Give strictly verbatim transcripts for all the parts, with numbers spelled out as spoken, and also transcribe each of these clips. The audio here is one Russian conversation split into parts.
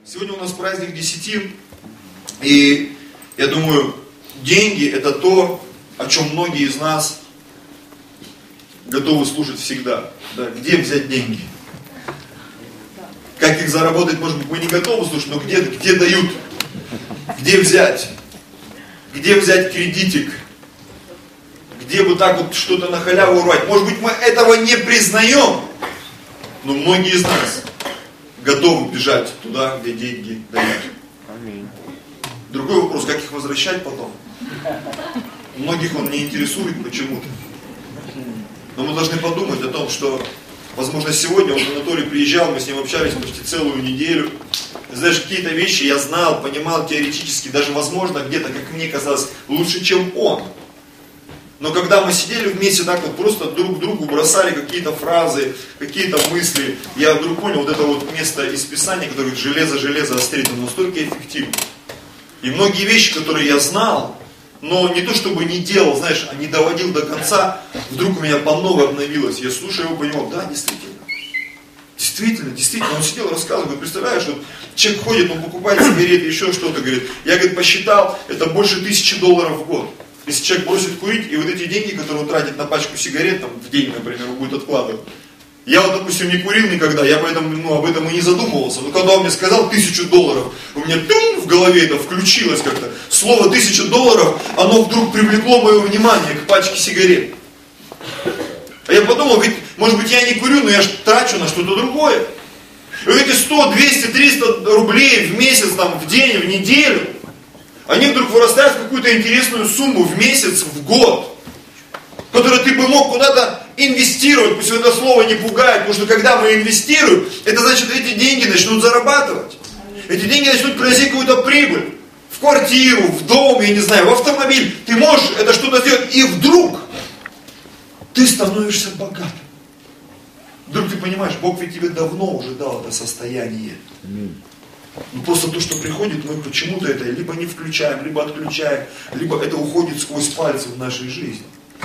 Сегодня у нас праздник десятин, и я думаю, деньги это то, о чем многие из нас готовы слушать всегда. Да, где взять деньги? Как их заработать, может быть, мы не готовы слушать, но где, где дают? Где взять? Где взять кредитик? Где вот так вот что-то на халяву урвать? Может быть, мы этого не признаем, но многие из нас готовы бежать туда, где деньги дают. Другой вопрос, как их возвращать потом? Многих он не интересует почему-то. Но мы должны подумать о том, что, возможно, сегодня, вот Анатолий приезжал, мы с ним общались почти целую неделю. Знаешь, какие-то вещи я знал, понимал теоретически, даже, возможно, где-то, как мне казалось, лучше, чем он. Но когда мы сидели вместе, так вот просто друг другу бросали какие-то фразы, какие-то мысли, я вдруг понял, вот это вот место из Писания, которое говорит, железо, железо острит, оно настолько эффективно. И многие вещи, которые я знал, но не то чтобы не делал, знаешь, а не доводил до конца, вдруг у меня по много обновилось. Я слушаю его, понимал, да, действительно. Действительно, действительно, он сидел, рассказывал, говорит, представляешь, вот человек ходит, он покупает сигареты, еще что-то, говорит, я, говорит, посчитал, это больше тысячи долларов в год. Если человек бросит курить, и вот эти деньги, которые он тратит на пачку сигарет, там, в день, например, он будет откладывать. Я вот, допустим, не курил никогда, я поэтому, ну, об этом и не задумывался. Но когда он мне сказал тысячу долларов, у меня тум, в голове это включилось как-то. Слово тысяча долларов, оно вдруг привлекло мое внимание к пачке сигарет. А я подумал, ведь, может быть, я не курю, но я же трачу на что-то другое. И вот эти сто, двести, триста рублей в месяц, там, в день, в неделю, они вдруг вырастают в какую-то интересную сумму в месяц, в год, которую ты бы мог куда-то инвестировать, пусть это слово не пугает, потому что когда мы инвестируем, это значит, эти деньги начнут зарабатывать. Эти деньги начнут приносить какую-то прибыль. В квартиру, в дом, я не знаю, в автомобиль. Ты можешь это что-то сделать, и вдруг ты становишься богатым. Вдруг ты понимаешь, Бог ведь тебе давно уже дал это состояние. Но просто то, что приходит, мы почему-то это либо не включаем, либо отключаем, либо это уходит сквозь пальцы в нашей жизни.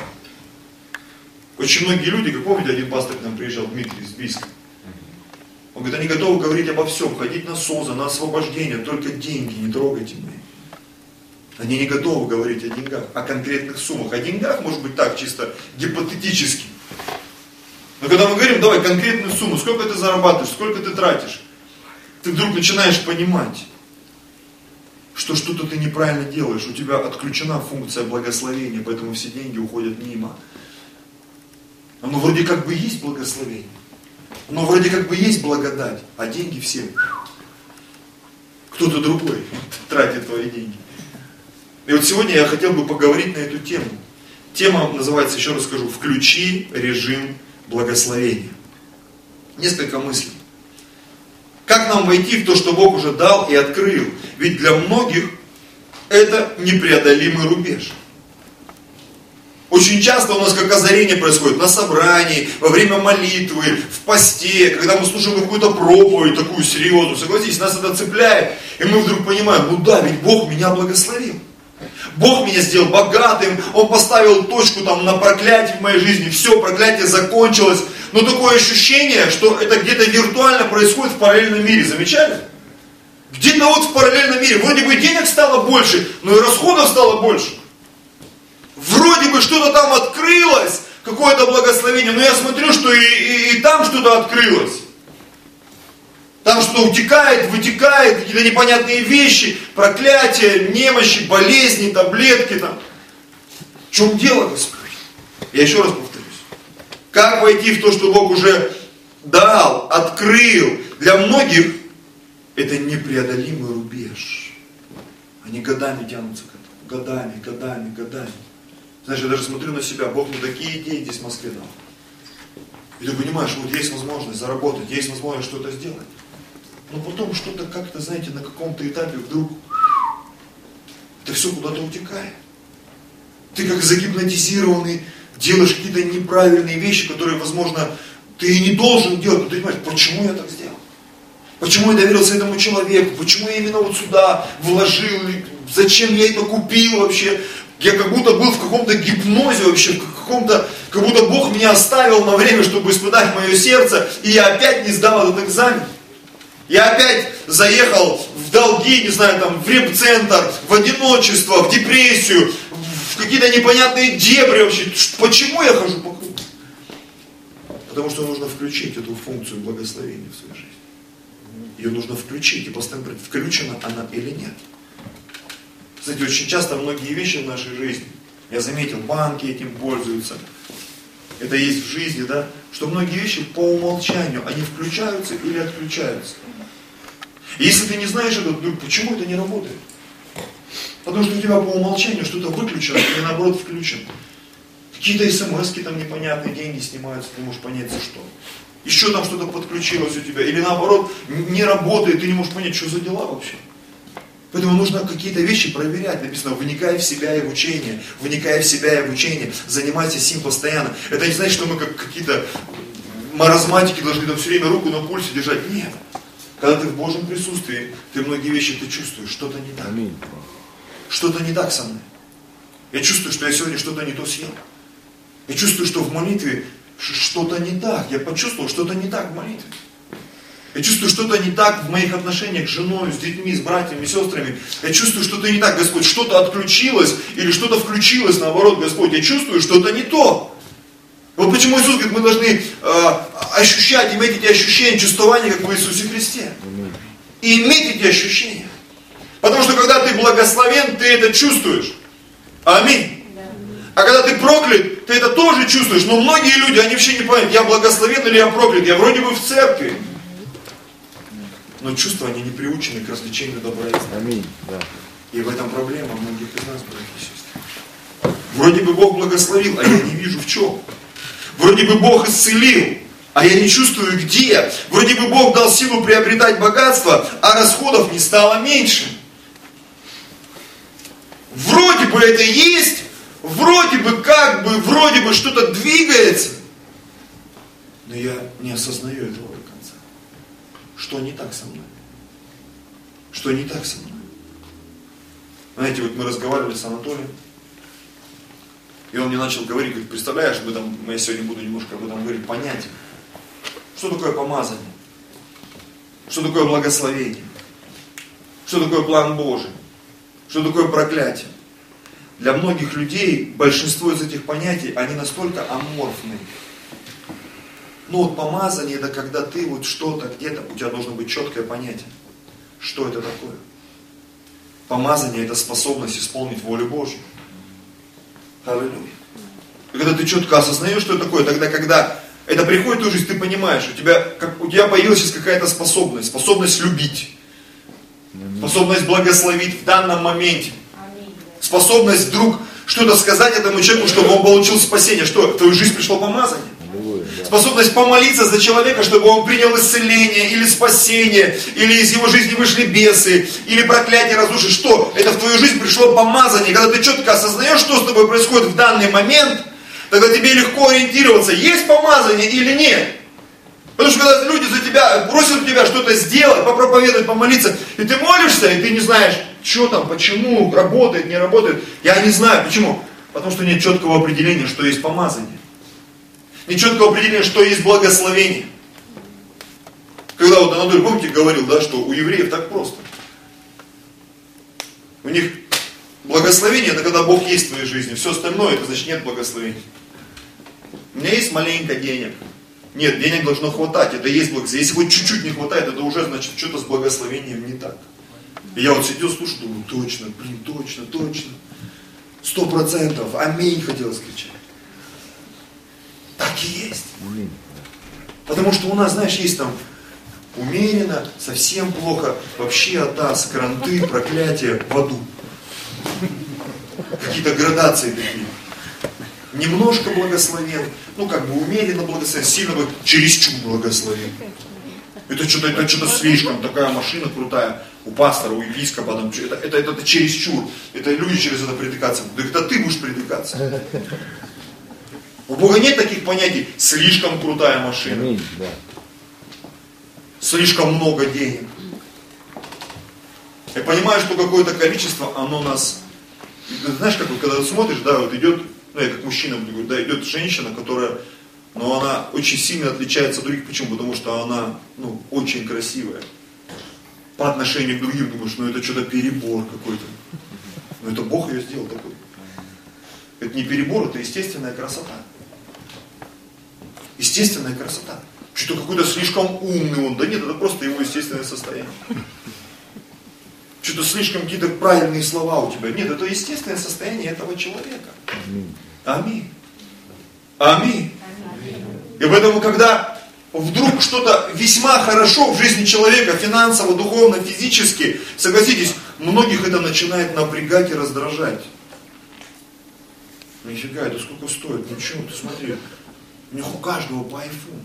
Очень многие люди, как помните, один пастор к нам приезжал, Дмитрий из Бийска. Он говорит, они готовы говорить обо всем, ходить на СОЗа, на освобождение, только деньги не трогайте мои. Они не готовы говорить о деньгах, о конкретных суммах. О деньгах, может быть, так, чисто гипотетически. Но когда мы говорим, давай конкретную сумму, сколько ты зарабатываешь, сколько ты тратишь, ты вдруг начинаешь понимать, что что-то ты неправильно делаешь, у тебя отключена функция благословения, поэтому все деньги уходят мимо. Оно вроде как бы есть благословение, оно вроде как бы есть благодать, а деньги все, кто-то другой тратит твои деньги. И вот сегодня я хотел бы поговорить на эту тему. Тема называется, еще раз скажу, «Включи режим благословения». Несколько мыслей. Как нам войти в то, что Бог уже дал и открыл? Ведь для многих это непреодолимый рубеж. Очень часто у нас как озарение происходит на собрании, во время молитвы, в посте, когда мы слушаем какую-то проповедь такую серьезную, согласитесь, нас это цепляет, и мы вдруг понимаем, ну да, ведь Бог меня благословил. Бог меня сделал богатым, Он поставил точку там на проклятии в моей жизни, все, проклятие закончилось. Но такое ощущение, что это где-то виртуально происходит в параллельном мире, замечали? Где-то вот в параллельном мире, вроде бы денег стало больше, но и расходов стало больше. Вроде бы что-то там открылось, какое-то благословение, но я смотрю, что и, и, и там что-то открылось. Там что утекает, вытекает, какие-то непонятные вещи, проклятия, немощи, болезни, таблетки там. В чем дело, Господь? Я еще раз повторюсь. Как войти в то, что Бог уже дал, открыл? Для многих это непреодолимый рубеж. Они годами тянутся к этому. Годами, годами, годами. Знаешь, я даже смотрю на себя, Бог мне такие идеи здесь в Москве дал. И ты понимаешь, вот есть возможность заработать, есть возможность что-то сделать. Но потом что-то как-то, знаете, на каком-то этапе вдруг это все куда-то утекает. Ты как загипнотизированный делаешь какие-то неправильные вещи, которые, возможно, ты и не должен делать. Но ты понимаешь, почему я так сделал? Почему я доверился этому человеку? Почему я именно вот сюда вложил? Зачем я это купил вообще? Я как будто был в каком-то гипнозе вообще, в каком-то, как будто Бог меня оставил на время, чтобы испытать мое сердце, и я опять не сдал этот экзамен. Я опять заехал в долги, не знаю, там, в реп-центр, в одиночество, в депрессию, в какие-то непонятные дебри вообще. Почему я хожу по кругу? Потому что нужно включить эту функцию благословения в свою жизнь. Ее нужно включить и постоянно проверять, включена она или нет. Кстати, очень часто многие вещи в нашей жизни, я заметил, банки этим пользуются. Это есть в жизни, да, что многие вещи по умолчанию, они включаются или отключаются. И если ты не знаешь это, то почему это не работает? Потому что у тебя по умолчанию что-то выключено или наоборот включено. Какие-то смс-ки там непонятные, деньги снимаются, ты не можешь понять за что. Еще там что-то подключилось у тебя, или наоборот не работает, ты не можешь понять, что за дела вообще. Поэтому нужно какие-то вещи проверять. Написано, вникай в себя и в учение. Вникай в себя и в учение. Занимайся сим постоянно. Это не значит, что мы как какие-то маразматики должны там все время руку на пульсе держать. Нет. Когда ты в Божьем присутствии, ты многие вещи ты чувствуешь, что-то не так. Аминь. Что-то не так со мной. Я чувствую, что я сегодня что-то не то съел. Я чувствую, что в молитве что-то не так. Я почувствовал, что-то не так в молитве. Я чувствую, что-то не так в моих отношениях с женой, с детьми, с братьями, с сестрами. Я чувствую, что-то не так, Господь, что-то отключилось или что-то включилось, наоборот, Господь. Я чувствую, что-то не то. Вот почему Иисус говорит, мы должны э, ощущать, иметь эти ощущения, чувствования, как в Иисусе Христе. И иметь эти ощущения. Потому что когда ты благословен, ты это чувствуешь. Аминь. А когда ты проклят, ты это тоже чувствуешь. Но многие люди, они вообще не понимают, я благословен или я проклят. Я вроде бы в церкви. Но чувства, они не приучены к развлечению добра и зла. Аминь. Да. И в этом проблема многих из нас, братья и сестры. Вроде бы Бог благословил, а я не вижу в чем. Вроде бы Бог исцелил, а я не чувствую где. Вроде бы Бог дал силу приобретать богатство, а расходов не стало меньше. Вроде бы это есть, вроде бы как бы, вроде бы что-то двигается, но я не осознаю этого до конца. Что не так со мной? Что не так со мной? Знаете, вот мы разговаривали с Анатолием, и он мне начал говорить, говорит, представляешь, об этом, я сегодня буду немножко об этом говорить, понятие. Что такое помазание? Что такое благословение? Что такое план Божий? Что такое проклятие? Для многих людей большинство из этих понятий, они настолько аморфны. Ну вот помазание, это когда ты вот что-то где-то, у тебя должно быть четкое понятие. Что это такое? Помазание это способность исполнить волю Божью. Аллилуйя. И когда ты четко осознаешь, что это такое, тогда когда это приходит в твою жизнь, ты понимаешь, у тебя, как, у тебя появилась сейчас какая-то способность, способность любить, способность благословить в данном моменте, способность вдруг что-то сказать этому человеку, чтобы он получил спасение. Что, в твою жизнь пришло помазание? Способность помолиться за человека, чтобы он принял исцеление, или спасение, или из его жизни вышли бесы, или проклятие разрушить. Что? Это в твою жизнь пришло помазание. Когда ты четко осознаешь, что с тобой происходит в данный момент, тогда тебе легко ориентироваться, есть помазание или нет. Потому что когда люди за тебя, просят у тебя что-то сделать, попроповедовать, помолиться, и ты молишься, и ты не знаешь, что там, почему, работает, не работает. Я не знаю, почему. Потому что нет четкого определения, что есть помазание. Нет четкого определения, что есть благословение. Когда вот Анатолий, помните, говорил, да, что у евреев так просто. У них благословение, это когда Бог есть в твоей жизни. Все остальное, это значит нет благословения. У меня есть маленько денег. Нет, денег должно хватать, это есть благословение. Если хоть чуть-чуть не хватает, это уже значит что-то с благословением не так. И я вот сидел, слушаю, думаю, точно, блин, точно, точно. Сто процентов, аминь, хотел скричать. Так и есть. Потому что у нас, знаешь, есть там умеренно, совсем плохо, вообще атас, кранты, проклятия в аду. Какие-то градации такие. Немножко благословен, ну как бы умеренно благословен, сильно благословен, чересчур благословен. Это что-то, это что-то слишком, такая машина крутая, у пастора, у епископа, там, это, это, это, это чересчур, это люди через это притыкаться, да это ты будешь притыкаться. У Бога нет таких понятий, слишком крутая машина, слишком много денег. Я понимаю, что какое-то количество, оно нас, знаешь, как вот, когда ты смотришь, да, вот идет, ну я как мужчина буду говорить, да, идет женщина, которая, но она очень сильно отличается от других, почему? Потому что она, ну, очень красивая. по отношению к другим, думаешь, ну это что-то перебор какой-то. Но это Бог ее сделал такой. Это не перебор, это естественная красота. Естественная красота. Что-то какой-то слишком умный он. Да нет, это просто его естественное состояние. Что-то слишком какие-то правильные слова у тебя. Нет, это естественное состояние этого человека. Аминь. Аминь. И поэтому, когда вдруг что-то весьма хорошо в жизни человека, финансово, духовно, физически, согласитесь, многих это начинает напрягать и раздражать. Нифига, это сколько стоит? Ну что, ты смотри, у них у каждого по айфону.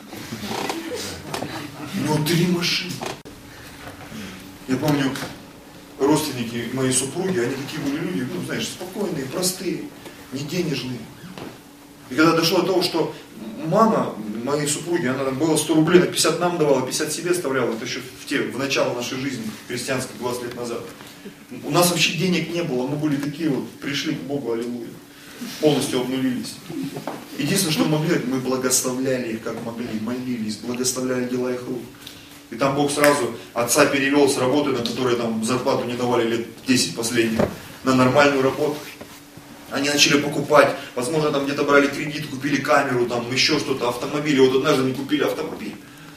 У него три машины. Я помню, родственники моей супруги, они такие были люди, ну, знаешь, спокойные, простые, не денежные. И когда дошло до того, что мама моей супруги, она там была сто рублей, на пятьдесят нам давала, пятьдесят себе оставляла, это еще в, те, в начало нашей жизни, христианской, двадцать лет назад. У нас вообще денег не было, мы были такие вот, пришли к Богу, аллилуйя, полностью обнулились. Единственное, что мы могли, мы благословляли их, как могли, молились, благословляли дела их рук. И там Бог сразу отца перевел с работы, на которой там зарплату не давали лет десять последних, на нормальную работу. Они начали покупать, возможно, там где-то брали кредит, купили камеру, там еще что-то, автомобиль. Вот однажды они купили автомобиль.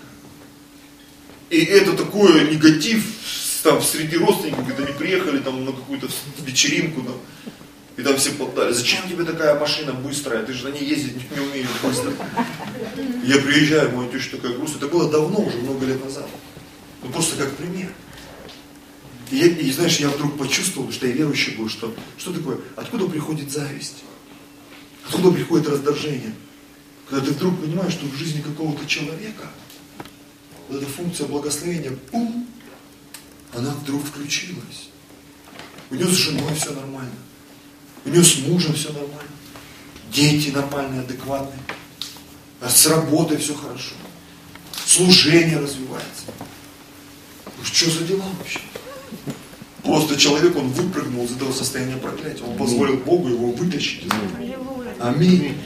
И это такой негатив там среди родственников, когда они приехали там на какую-то вечеринку, там, и там все поддали. Зачем тебе такая машина быстрая? Ты же на ней ездить не умеешь быстро. Я приезжаю, моя теща такая грустная. Это было давно, уже много лет назад. Ну просто как пример. И, я, и знаешь, я вдруг почувствовал, что я верующий был, что, что такое, откуда приходит зависть? Откуда приходит раздражение? Когда ты вдруг понимаешь, что в жизни какого-то человека вот эта функция благословения, пум, она вдруг включилась. У нее с женой все нормально. У нее с мужем все нормально. Дети нормальные, адекватные. А с работой все хорошо. Служение развивается. Ну что за дела вообще? Просто человек, он выпрыгнул из этого состояния проклятия. Он позволил Богу его вытащить. Аминь.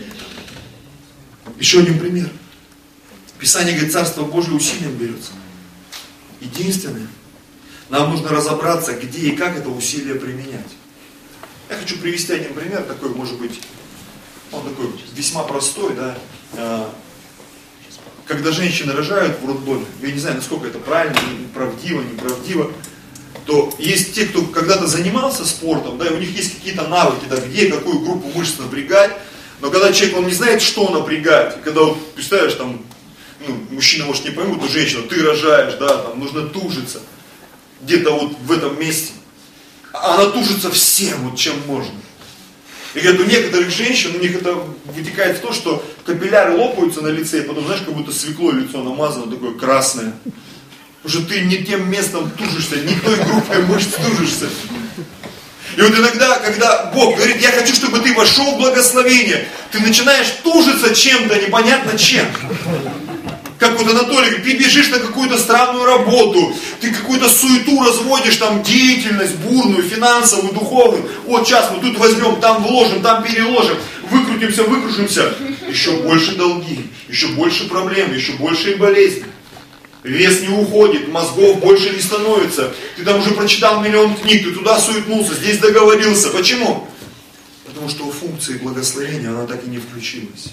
Еще один пример. Писание говорит, Царство Божие усилием берется. Единственное, нам нужно разобраться, где и как это усилие применять. Я хочу привести один пример, такой, может быть, он такой весьма простой, да. Когда женщины рожают в роддоме, я не знаю, насколько это правильно, правдиво, неправдиво, то есть те, кто когда-то занимался спортом, да, и у них есть какие-то навыки, да, где, какую группу мышц напрягать, но когда человек, он не знает, что напрягать, и когда, вот, представляешь, там, ну, мужчина, может, не поймут, но женщина, ты рожаешь, да, там, нужно тужиться, где-то вот в этом месте, а она тужится всем, вот, чем можно. И говорят, у некоторых женщин, у них это вытекает в то, что капилляры лопаются на лице, и потом, знаешь, как будто свекло лицо намазано, такое красное. Потому что ты не тем местом тужишься, не той группой мышц тужишься. И вот иногда, когда Бог говорит, я хочу, чтобы ты вошел в благословение, ты начинаешь тужиться чем-то, непонятно чем. Как вот Анатолий говорит, ты бежишь на какую-то странную работу, ты какую-то суету разводишь, там деятельность бурную, финансовую, духовную. Вот сейчас мы тут возьмем, там вложим, там переложим, выкрутимся, выкружимся. Еще больше долги, еще больше проблем, еще больше болезней. Вес не уходит, мозгов больше не становится. Ты там уже прочитал миллион книг, ты туда суетнулся, здесь договорился. Почему? Потому что у функции благословения она так и не включилась.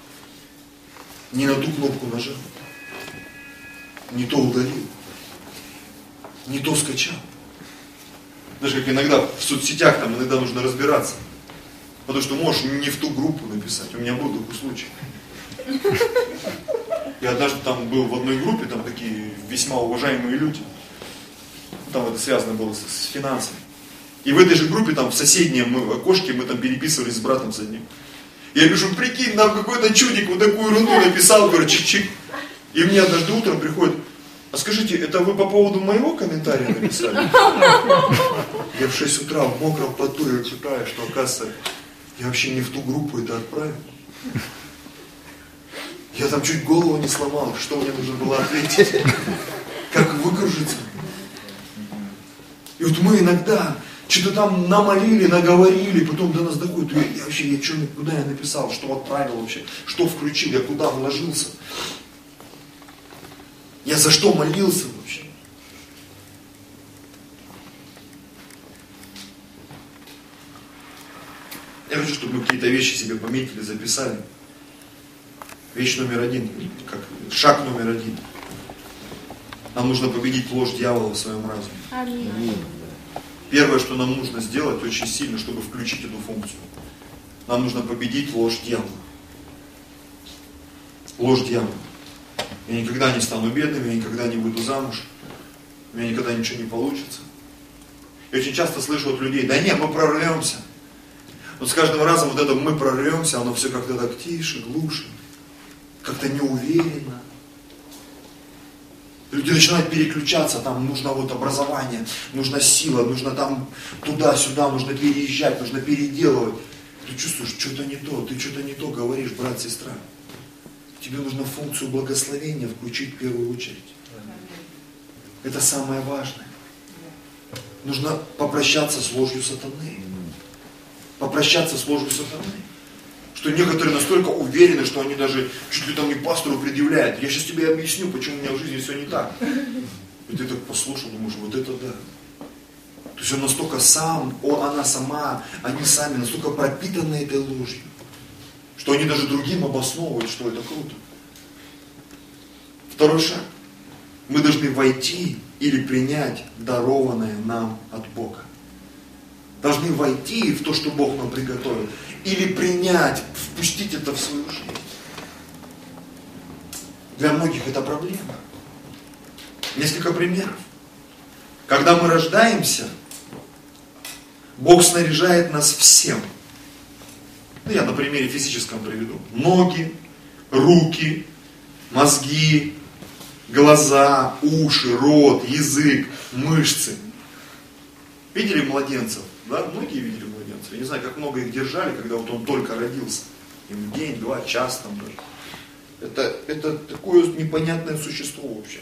Не на ту кнопку нажал. Не то удалил. Не то скачал. Даже как иногда в соцсетях там иногда нужно разбираться. Потому что можешь не в ту группу написать. У меня был такой случай. Я однажды там был в одной группе, там такие весьма уважаемые люди. Там это связано было с, с финансами. И в этой же группе, там в соседнем мы, окошке, мы там переписывались с братом с одним. Я пишу, прикинь, нам какой-то чудик вот такую ерунду написал, короче, чик-чик. И мне однажды утром приходит, а скажите, это вы по поводу моего комментария написали? Я в шесть утра в мокром поту, я читаю, что оказывается, я вообще не в ту группу это отправил. Я там чуть голову не сломал, что мне нужно было ответить. Как выкружиться. И вот мы иногда что-то там намолили, наговорили, потом до нас доходит. Я, я вообще, я что, куда я написал, что отправил вообще, что включил, я куда вложился. Я за что молился вообще. Я хочу, чтобы мы какие-то вещи себе пометили, записали. Вещь номер один, как шаг номер один. Нам нужно победить ложь дьявола в своем разуме. Аминь. Первое, что нам нужно сделать очень сильно, чтобы включить эту функцию. Нам нужно победить ложь дьявола. Ложь дьявола. Я никогда не стану бедным, я никогда не выйду замуж, у меня никогда ничего не получится. Я очень часто слышу от людей: да нет, мы прорвемся. Но с каждым разом вот это мы прорвемся, оно все как-то так тише, глуше, как-то неуверенно. Люди начинают переключаться, там нужно вот образование, нужна сила, нужно там туда-сюда, нужно переезжать, нужно переделывать. Ты чувствуешь, что-то не то, ты что-то не то говоришь, брат, сестра. Тебе нужно функцию благословения включить в первую очередь. Это самое важное. Нужно попрощаться с ложью сатаны. Попрощаться с ложью сатаны. Что некоторые настолько уверены, что они даже чуть ли там и пастору предъявляют. Я сейчас тебе объясню, почему у меня в жизни все не так. И ты так послушал, думаешь, вот это да. То есть он настолько сам, он, она сама, они сами настолько пропитаны этой ложью, что они даже другим обосновывают, что это круто. Второй шаг. Мы должны войти или принять дарованное нам от Бога. Должны войти в то, что Бог нам приготовил. Или принять, впустить это в свою жизнь. Для многих это проблема. Несколько примеров. Когда мы рождаемся, Бог снаряжает нас всем. Ну, я на примере физическом приведу. Ноги, руки, мозги, глаза, уши, рот, язык, мышцы. Видели младенцев? Да? Многие видели младенцев. Я не знаю, как много их держали, когда вот он только родился. Им день, два, час там даже. Это, это такое непонятное существо вообще.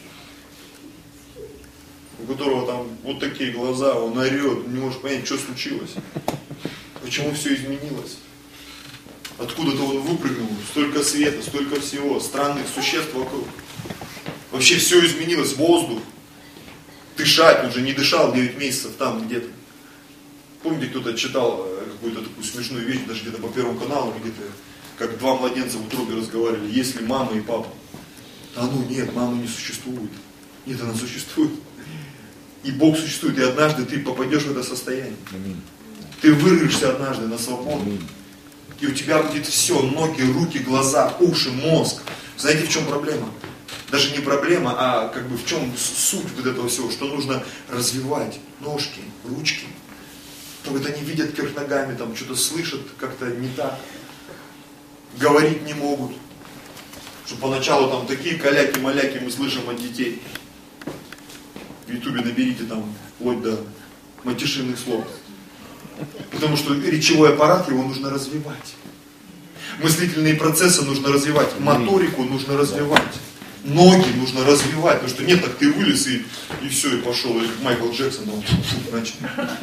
У которого там вот такие глаза, он орет, не может понять, что случилось. Почему все изменилось. Откуда-то он выпрыгнул, столько света, столько всего, странных существ вокруг. Вообще все изменилось, воздух. Дышать, он же не дышал девять месяцев там где-то. Помните, кто-то читал какую-то такую смешную вещь, даже где-то по Первому каналу, где-то, как два младенца в утробе разговаривали, есть ли мама и папа? А ну нет, мамы не существует. Нет, она существует. И Бог существует, и однажды ты попадешь в это состояние. Ты вырвешься однажды на свободу. И у тебя будет все, ноги, руки, глаза, уши, мозг. Знаете, в чем проблема? Даже не проблема, а как бы в чем суть вот этого всего, что нужно развивать ножки, ручки. То вот они видят кверх ногами, там что-то слышат как-то не так. Говорить не могут. Что поначалу там такие каляки-маляки мы слышим от детей. В Ютубе наберите там вплоть до матюшинных слов. Потому что речевой аппарат, его нужно развивать. Мыслительные процессы нужно развивать. Моторику нужно развивать. Ноги нужно развивать. Потому что нет, так ты вылез и, и все, и пошел. Или Майкл Джексон, он начал.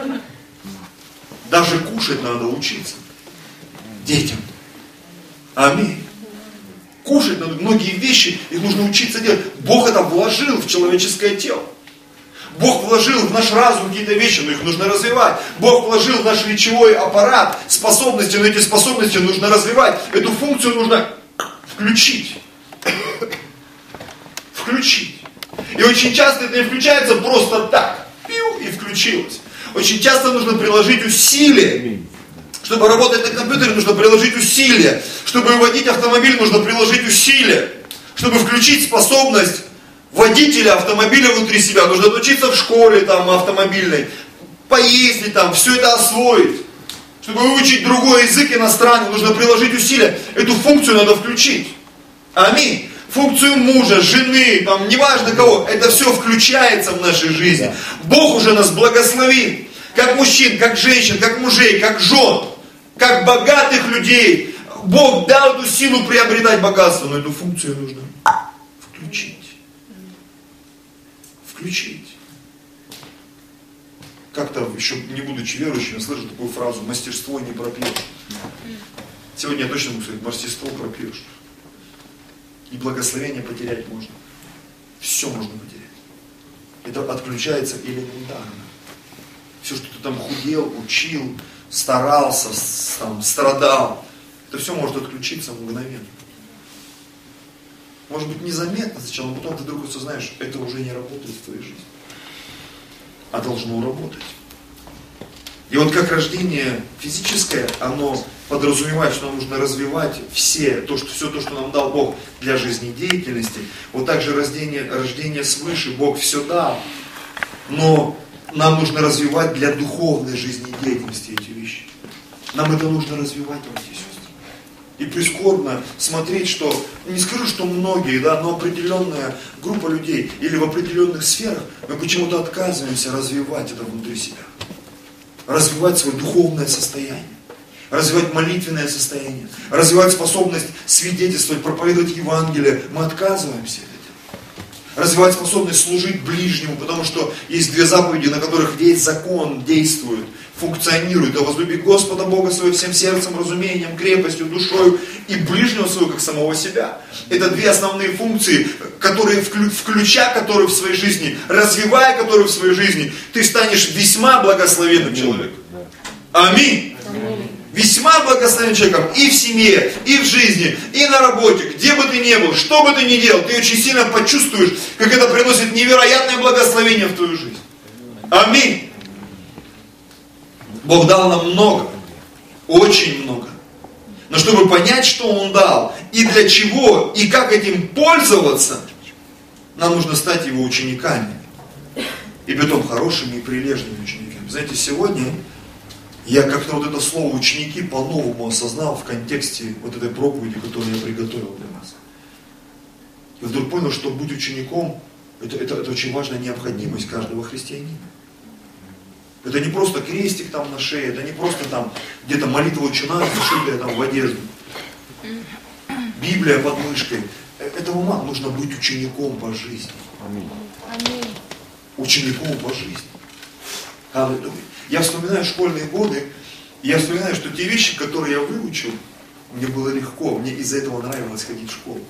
Даже кушать надо учиться. Детям. Аминь. Кушать надо. Многие вещи, их нужно учиться делать. Бог это вложил в человеческое тело. Бог вложил в наш разум какие-то вещи, но их нужно развивать. Бог вложил в наш речевой аппарат способности, но эти способности нужно развивать. Эту функцию нужно включить. Включить. И очень часто это не включается просто так. Пиу, и включилось. Очень часто нужно приложить усилия. Чтобы работать на компьютере, нужно приложить усилия. Чтобы водить автомобиль, нужно приложить усилия. Чтобы включить способность водителя автомобиля внутри себя, нужно учиться в школе там, автомобильной, поездить там, все это освоить. Чтобы выучить другой язык иностранный, нужно приложить усилия. Эту функцию надо включить. Аминь. Функцию мужа, жены, там, неважно кого, это все включается в нашей жизни. Бог уже нас благословит. Как мужчин, как женщин, как мужей, как жен, как богатых людей. Бог дал эту силу приобретать богатство, но эту функцию нужно включить. Включить. Как-то еще не будучи верующим, я слышу такую фразу: мастерство не пропьешь. Сегодня я точно могу сказать: мастерство пропьешь. И благословение потерять можно. Все можно потерять. Это отключается элементарно. все, что ты там худел, учил, старался, там, страдал, это все может отключиться мгновенно. Может быть, незаметно сначала, но потом ты вдруг осознаешь, это уже не работает в твоей жизни. А должно работать. И вот как рождение физическое, оно подразумевает, что нам нужно развивать все, то, что, все то, что нам дал Бог для жизнедеятельности. Вот также рождение, рождение свыше Бог все дал. Но нам нужно развивать для духовной жизнедеятельности эти вещи. Нам это нужно развивать, братья и сестры. И прискорбно смотреть, что, не скажу, что многие, да, но определенная группа людей или в определенных сферах мы почему-то отказываемся развивать это внутри себя. Развивать свое духовное состояние, развивать молитвенное состояние, развивать способность свидетельствовать, проповедовать Евангелие. Мы отказываемся от этого. Развивать способность служить ближнему, потому что есть две заповеди, на которых весь закон действует, функционирует. А возлюби Господа Бога своего всем сердцем, разумением, крепостью, душою и ближнего своего, как самого себя. Это две основные функции, которые, включая которые в своей жизни, развивая которые в своей жизни, ты станешь весьма благословенным человеком. Аминь. Аминь. Весьма благословенным человеком и в семье, и в жизни, и на работе, где бы ты ни был, что бы ты ни делал, ты очень сильно почувствуешь, как это приносит невероятное благословение в твою жизнь. Аминь. Бог дал нам много, очень много. Но чтобы понять, что Он дал, и для чего, и как этим пользоваться, нам нужно стать Его учениками. И притом хорошими и прилежными учениками. Знаете, сегодня я как-то вот это слово «ученики» по-новому осознал в контексте вот этой проповеди, которую я приготовил для нас. И вдруг понял, что быть учеником, это, это, это очень важная необходимость каждого христианина. Это не просто крестик там на шее, это не просто там где-то молитва учена, зашитая там в одежду. Библия под мышкой. Этого мало, нужно быть учеником по жизни. Аминь. Учеником по жизни. Аллилуйя. Я вспоминаю школьные годы, я вспоминаю, что те вещи, которые я выучил, мне было легко, мне из-за этого нравилось ходить в школу.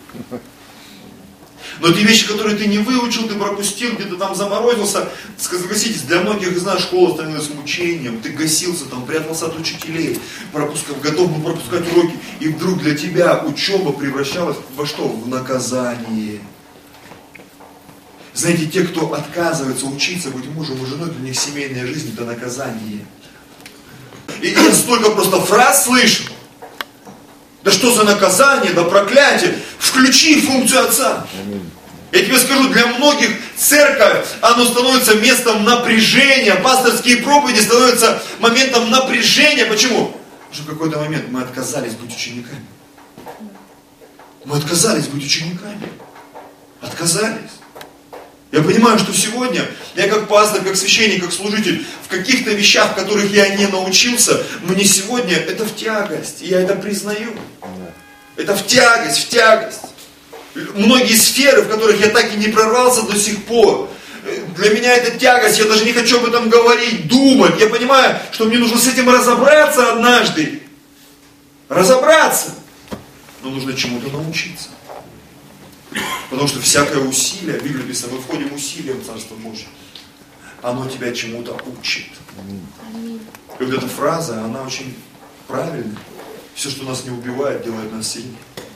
Но те вещи, которые ты не выучил, ты пропустил, где-то там заморозился, согласитесь, для многих из нас школа становилась мучением, ты гасился, там, прятался от учителей, пропускал, готов был пропускать уроки, и вдруг для тебя учеба превращалась во что? В наказание. Знаете, те, кто отказывается учиться, быть мужем и женой, для них семейная жизнь – это наказание. И я столько просто фраз слышу. Да что за наказание, да проклятие. Включи функцию отца. Я тебе скажу, для многих церковь, оно становится местом напряжения. Пасторские проповеди становятся моментом напряжения. Почему? Потому что в какой-то момент мы отказались быть учениками. Мы отказались быть учениками. Отказались. Я понимаю, что сегодня я как пастор, как священник, как служитель, в каких-то вещах, в которых я не научился, мне сегодня это в тягость. И я это признаю. Это в тягость, в тягость. Многие сферы, в которых я так и не прорвался до сих пор, для меня это тягость, я даже не хочу об этом говорить, думать. Я понимаю, что мне нужно с этим разобраться однажды. Разобраться. Но нужно чему-то научиться. Потому что всякое усилие, в Библии написано, мы входим усилием в Царство Божие. Оно тебя чему-то учит. И вот эта фраза, она очень правильная. Все, что нас не убивает, делает нас сильнее.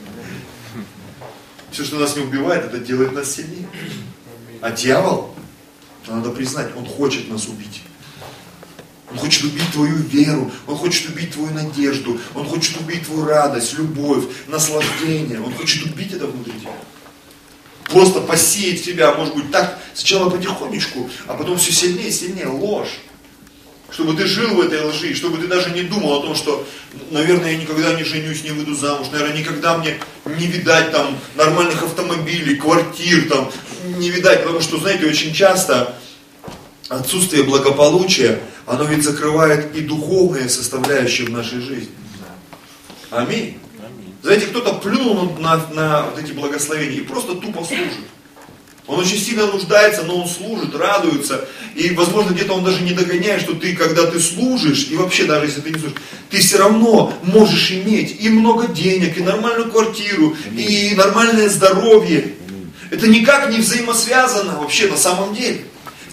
Все, что нас не убивает, это делает нас сильнее. А дьявол, надо признать, он хочет нас убить. Он хочет убить твою веру, он хочет убить твою надежду, он хочет убить твою радость, любовь, наслаждение. Он хочет убить это внутри тебя. Просто посеять в тебя, может быть, так, сначала потихонечку, а потом все сильнее и сильнее ложь. Чтобы ты жил в этой лжи, чтобы ты даже не думал о том, что, наверное, я никогда не женюсь, не выйду замуж, наверное, никогда мне не видать там нормальных автомобилей, квартир, там, не видать, потому что, знаете, очень часто отсутствие благополучия, оно ведь закрывает и духовные составляющие в нашей жизни. Аминь. Знаете, кто-то плюнул на, на вот эти благословения и просто тупо служит. Он очень сильно нуждается, но он служит, радуется. И, возможно, где-то он даже не догоняет, что ты, когда ты служишь, и вообще даже если ты не служишь, ты все равно можешь иметь и много денег, и нормальную квартиру, и нормальное здоровье. Это никак не взаимосвязано вообще на самом деле.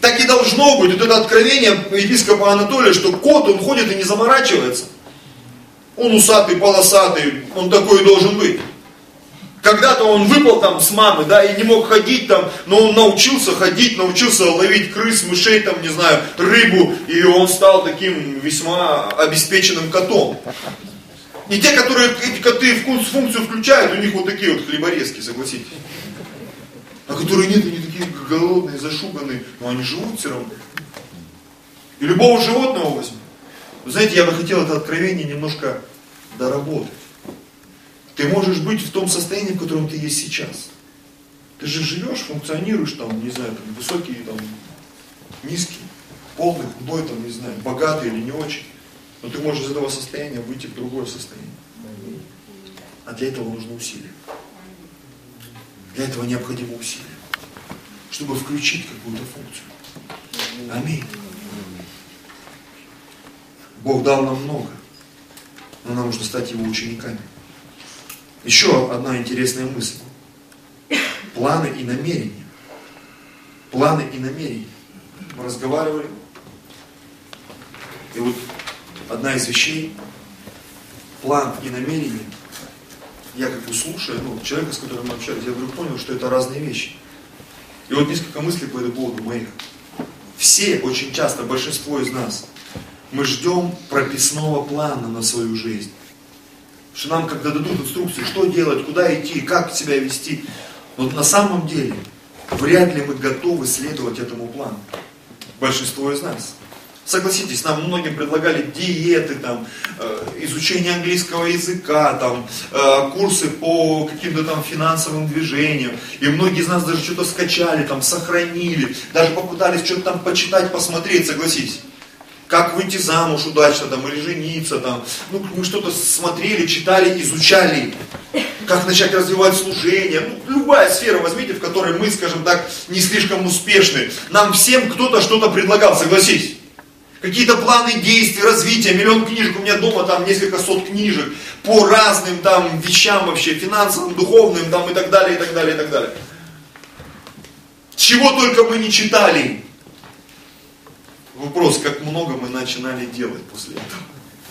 Так и должно быть. Вот это откровение епископа Анатолия, что кот, он ходит и не заморачивается. Он усатый, полосатый, он такой и должен быть. Когда-то он выпал там с мамы, да, и не мог ходить там, но он научился ходить, научился ловить крыс, мышей, там, не знаю, рыбу, и он стал таким весьма обеспеченным котом. И те, которые эти коты функцию включают, у них вот такие вот хлеборезки, согласитесь. А которые нет, они такие голодные, зашуганные, но они живут все равно. И любого животного возьмем. Вы знаете, я бы хотел это откровение немножко доработать. Ты можешь быть в том состоянии, в котором ты есть сейчас. Ты же живешь, функционируешь там, не знаю, там, высокий, там, низкий, полный, худой, там, не знаю, богатый или не очень. Но ты можешь из этого состояния выйти в другое состояние. А для этого нужно усилие. Для этого необходимо усилие. Чтобы включить какую-то функцию. Аминь. Бог дал нам много. Но нам нужно стать Его учениками. Еще одна интересная мысль. Планы и намерения. Планы и намерения. Мы разговаривали. И вот одна из вещей, план и намерение, я как бы слушаю, ну, человека, с которым мы общались, я вдруг понял, что это разные вещи. И вот несколько мыслей по этому поводу моих. Все, очень часто, большинство из нас, мы ждем прописного плана на свою жизнь. Что нам, когда дадут инструкции, что делать, куда идти, как себя вести. Но на самом деле, вряд ли мы готовы следовать этому плану. Большинство из нас. Согласитесь, нам многим предлагали диеты, там, э, изучение английского языка, там, э, курсы по каким-то там финансовым движениям. И многие из нас даже что-то скачали, там, сохранили, даже попытались что-то там почитать, посмотреть, согласитесь. Как выйти замуж удачно, там, или жениться, там. Ну, мы что-то смотрели, читали, изучали. Как начать развивать служение. Ну, любая сфера возьмите, в которой мы, скажем так, не слишком успешны. Нам всем кто-то что-то предлагал, согласись. Какие-то планы действий, развития, миллион книжек, у меня дома там несколько сот книжек по разным там вещам вообще, финансовым, духовным там и так далее, и так далее, и так далее. Чего только мы не читали. Вопрос, как много мы начинали делать после этого.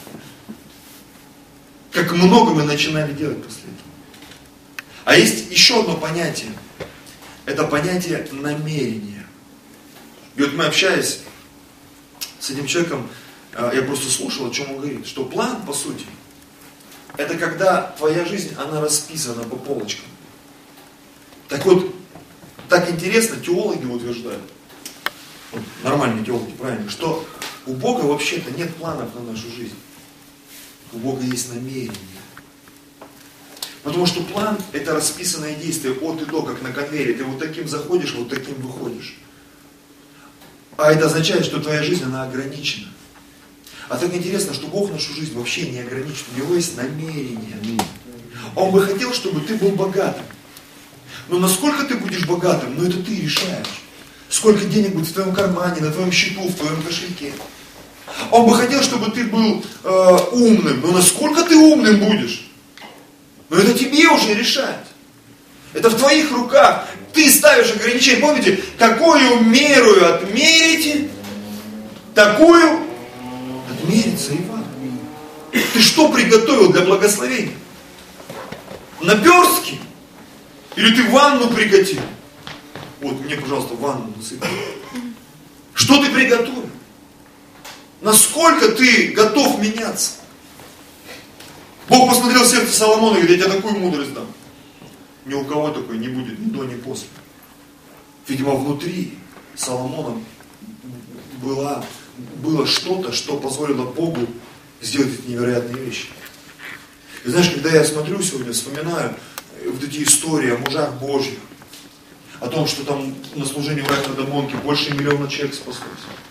Как много мы начинали делать после этого. А есть еще одно понятие. Это понятие намерения. И вот мы общаясь с этим человеком, я просто слушал, о чем он говорит. Что план, по сути, это когда твоя жизнь, она расписана по полочкам. Так вот, так интересно, теологи утверждают, нормальные теологи, правильно, что у Бога вообще-то нет планов на нашу жизнь. У Бога есть намерение. Потому что план – это расписанное действие от и до, как на конвейере. Ты вот таким заходишь, вот таким выходишь. А это означает, что твоя жизнь, она ограничена. А так интересно, что Бог нашу жизнь вообще не ограничен. У Него есть намерение. Он бы хотел, чтобы ты был богатым. Но насколько ты будешь богатым, ну это ты решаешь. Сколько денег будет в твоем кармане, на твоем счету, в твоем кошельке. Он бы хотел, чтобы ты был э, умным. Но насколько ты умным будешь? Но это тебе уже решать. Это в твоих руках. Ты ставишь ограничения. Помните, какую меру отмерите, такую отмерится и вам. Ты что приготовил для благословения? Наперстки? Или ты ванну приготовил? Вот, мне, пожалуйста, ванну насыпь. Что ты приготовил? Насколько ты готов меняться? Бог посмотрел в сердце Соломона и говорит, я тебе такую мудрость дам. Ни у кого такой не будет, ни до, ни после. Видимо, внутри Соломона было, было что-то, что позволило Богу сделать эти невероятные вещи. И знаешь, когда я смотрю сегодня, вспоминаю вот эти истории о мужах Божьих, о том, что там на служении в Райх-на-Дамонке больше миллиона человек спаслось.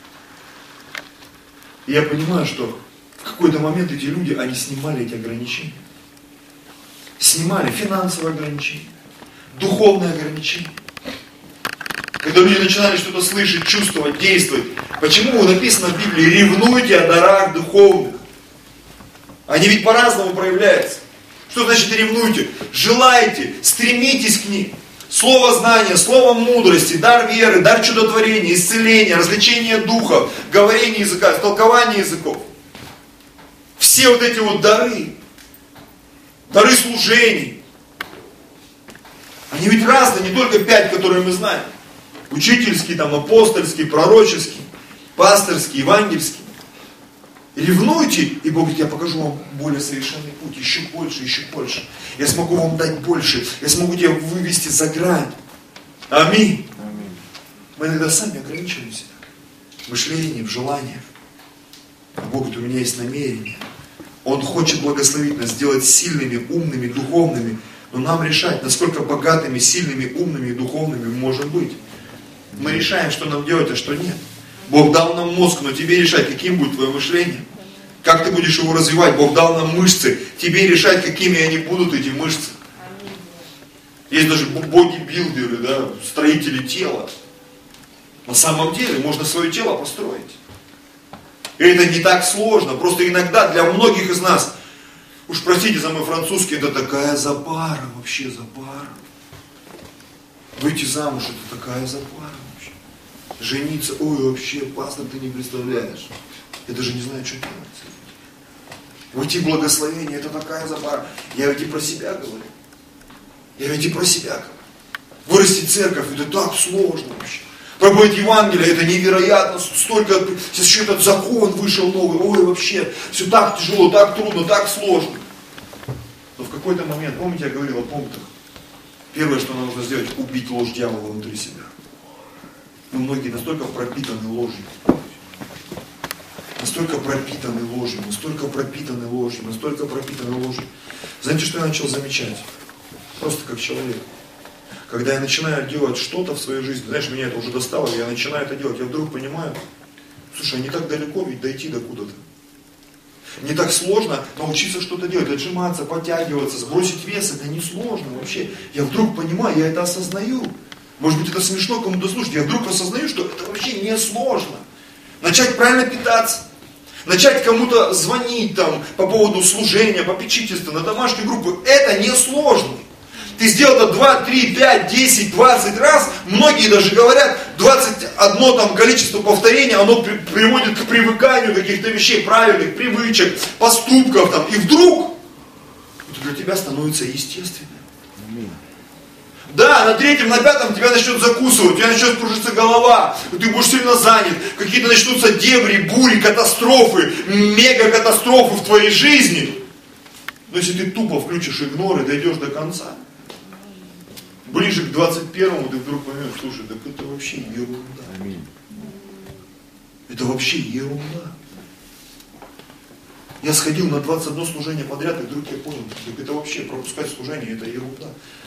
И я понимаю, что в какой-то момент эти люди, они снимали эти ограничения. Снимали финансовые ограничения, духовные ограничения. Когда люди начинали что-то слышать, чувствовать, действовать. Почему написано в Библии, ревнуйте о дарах духовных? Они ведь по-разному проявляются. Что значит ревнуйте? Желайте, стремитесь к ним. Слово знания, слово мудрости, дар веры, дар чудотворения, исцеления, развлечения духов, говорение языка, толкование языков. Все вот эти вот дары, дары служений, они ведь разные, не только пять, которые мы знаем. Учительский, там, апостольский, пророческий, пасторский, евангельский. Ревнуйте, и Бог говорит, я покажу вам более совершенный путь, еще больше, еще больше. Я смогу вам дать больше, я смогу тебя вывести за грань. Аминь. Аминь. Мы иногда сами ограничиваем себя в мышлении, в желаниях. А Бог говорит, у меня есть намерение. Он хочет благословить нас, сделать сильными, умными, духовными. Но нам решать, насколько богатыми, сильными, умными и духовными мы можем быть. Мы решаем, что нам делать, а что нет. Бог дал нам мозг, но тебе решать, каким будет твое мышление. Как ты будешь его развивать. Бог дал нам мышцы, тебе решать, какими они будут, эти мышцы. Есть даже бодибилдеры, да, строители тела. На самом деле можно свое тело построить. И это не так сложно. Просто иногда для многих из нас, уж простите за мой французский, это такая запара, вообще запара. Выйти замуж, это такая запара вообще. Жениться, ой, вообще, пастор, ты не представляешь. Я даже не знаю, что делать. Войти в благословение, это такая запара. Я ведь и про себя говорю. Я ведь и про себя говорю. Вырастить церковь, это так сложно вообще. Проповедь Евангелия, это невероятно, столько, сейчас еще этот закон вышел новый, ой, вообще, все так тяжело, так трудно, так сложно. Но в какой-то момент, помните, я говорил о пунктах, первое, что нам нужно сделать, убить ложь дьявола внутри себя. Но многие настолько пропитаны ложью, настолько пропитаны ложью, настолько пропитаны ложью, настолько пропитаны ложью. Знаете, что я начал замечать? Просто как человек. Когда я начинаю делать что-то в своей жизни, знаешь, меня это уже достало, я начинаю это делать, я вдруг понимаю, слушай, а не так далеко ведь дойти до куда-то. Не так сложно научиться что-то делать, отжиматься, подтягиваться, сбросить вес, это не сложно вообще. Я вдруг понимаю, я это осознаю. Может быть, это смешно кому-то слушать, я вдруг осознаю, что это вообще не сложно. Начать правильно питаться, начать кому-то звонить там по поводу служения, попечительства, на домашнюю группу, это не сложно. Ты сделал это два, три, пять, десять, двадцать раз, многие даже говорят, двадцать одно там количество повторений, оно при, приводит к привыканию каких-то вещей, правильных, привычек, поступков там, и вдруг это для тебя становится естественным. Да, на третьем, на пятом тебя начнет закусывать, у тебя начнет кружиться голова, ты будешь сильно занят, какие-то начнутся дебри, бури, катастрофы, мега-катастрофы в твоей жизни. Но если ты тупо включишь игнор и дойдешь до конца, ближе к двадцать первому ты вдруг поймешь, слушай, так это вообще ерунда. Это вообще ерунда. Я сходил на двадцать одно служение подряд, и вдруг я понял, так это вообще пропускать служение, это ерунда.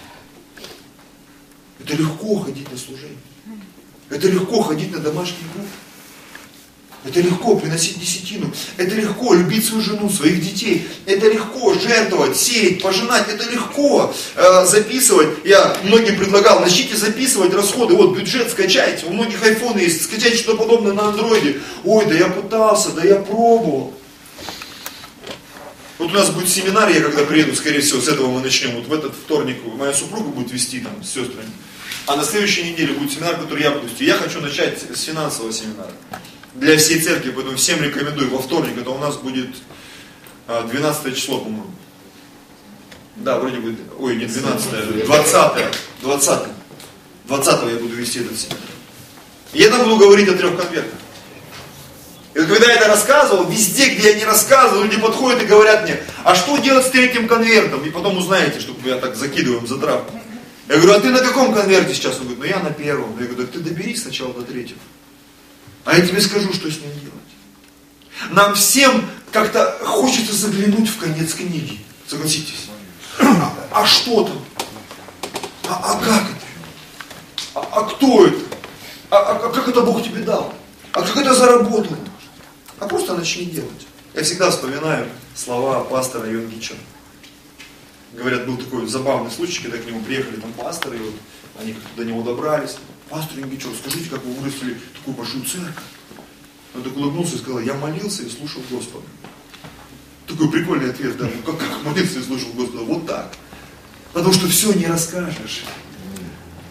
Это легко ходить на служение. Это легко ходить на домашний группы. Это легко приносить десятину. Это легко любить свою жену, своих детей. Это легко жертвовать, сеять, пожинать. Это легко э, записывать. Я многим предлагал, начните записывать расходы. Вот бюджет скачайте. У многих айфоны есть. Скачайте что-то подобное на андроиде. Ой, да я пытался, да я пробовал. Вот у нас будет семинар, я когда приеду, скорее всего, с этого мы начнем. Вот в этот вторник моя супруга будет вести там с сестрами. А на следующей неделе будет семинар, который я буду вести. Я хочу начать с финансового семинара. Для всей церкви, поэтому всем рекомендую. Во вторник, это у нас будет двенадцатое число, по-моему. Да, вроде бы, ой, не двенадцатое, двадцатое. двадцатое. двадцатого я буду вести этот семинар. И я там буду говорить о трех конвертах. И вот когда я это рассказывал, везде, где я не рассказывал, люди подходят и говорят мне, а что делать с третьим конвертом? И потом узнаете, что я так закидываю за травку. Я говорю, а ты на каком конверте сейчас? Он говорит, ну я на первом. Я говорю, так ты доберись сначала до третьего. А я тебе скажу, что с ним делать. Нам всем как-то хочется заглянуть в конец книги. Согласитесь. А, а что там? А, а как это? А, а кто это? А, а, а как это Бог тебе дал? А как это заработало? А просто начни делать. Я всегда вспоминаю слова пастора Йонгича. Говорят, был такой забавный случай, когда к нему приехали там пасторы, и вот они как-то до него добрались. Пастор Йонгичо, скажите, как вы вырастили такую большую церковь? Он так улыбнулся и сказал, я молился и слушал Господа. Такой прикольный ответ, да, ну как, как молился и слушал Господа? Вот так. Потому что все не расскажешь.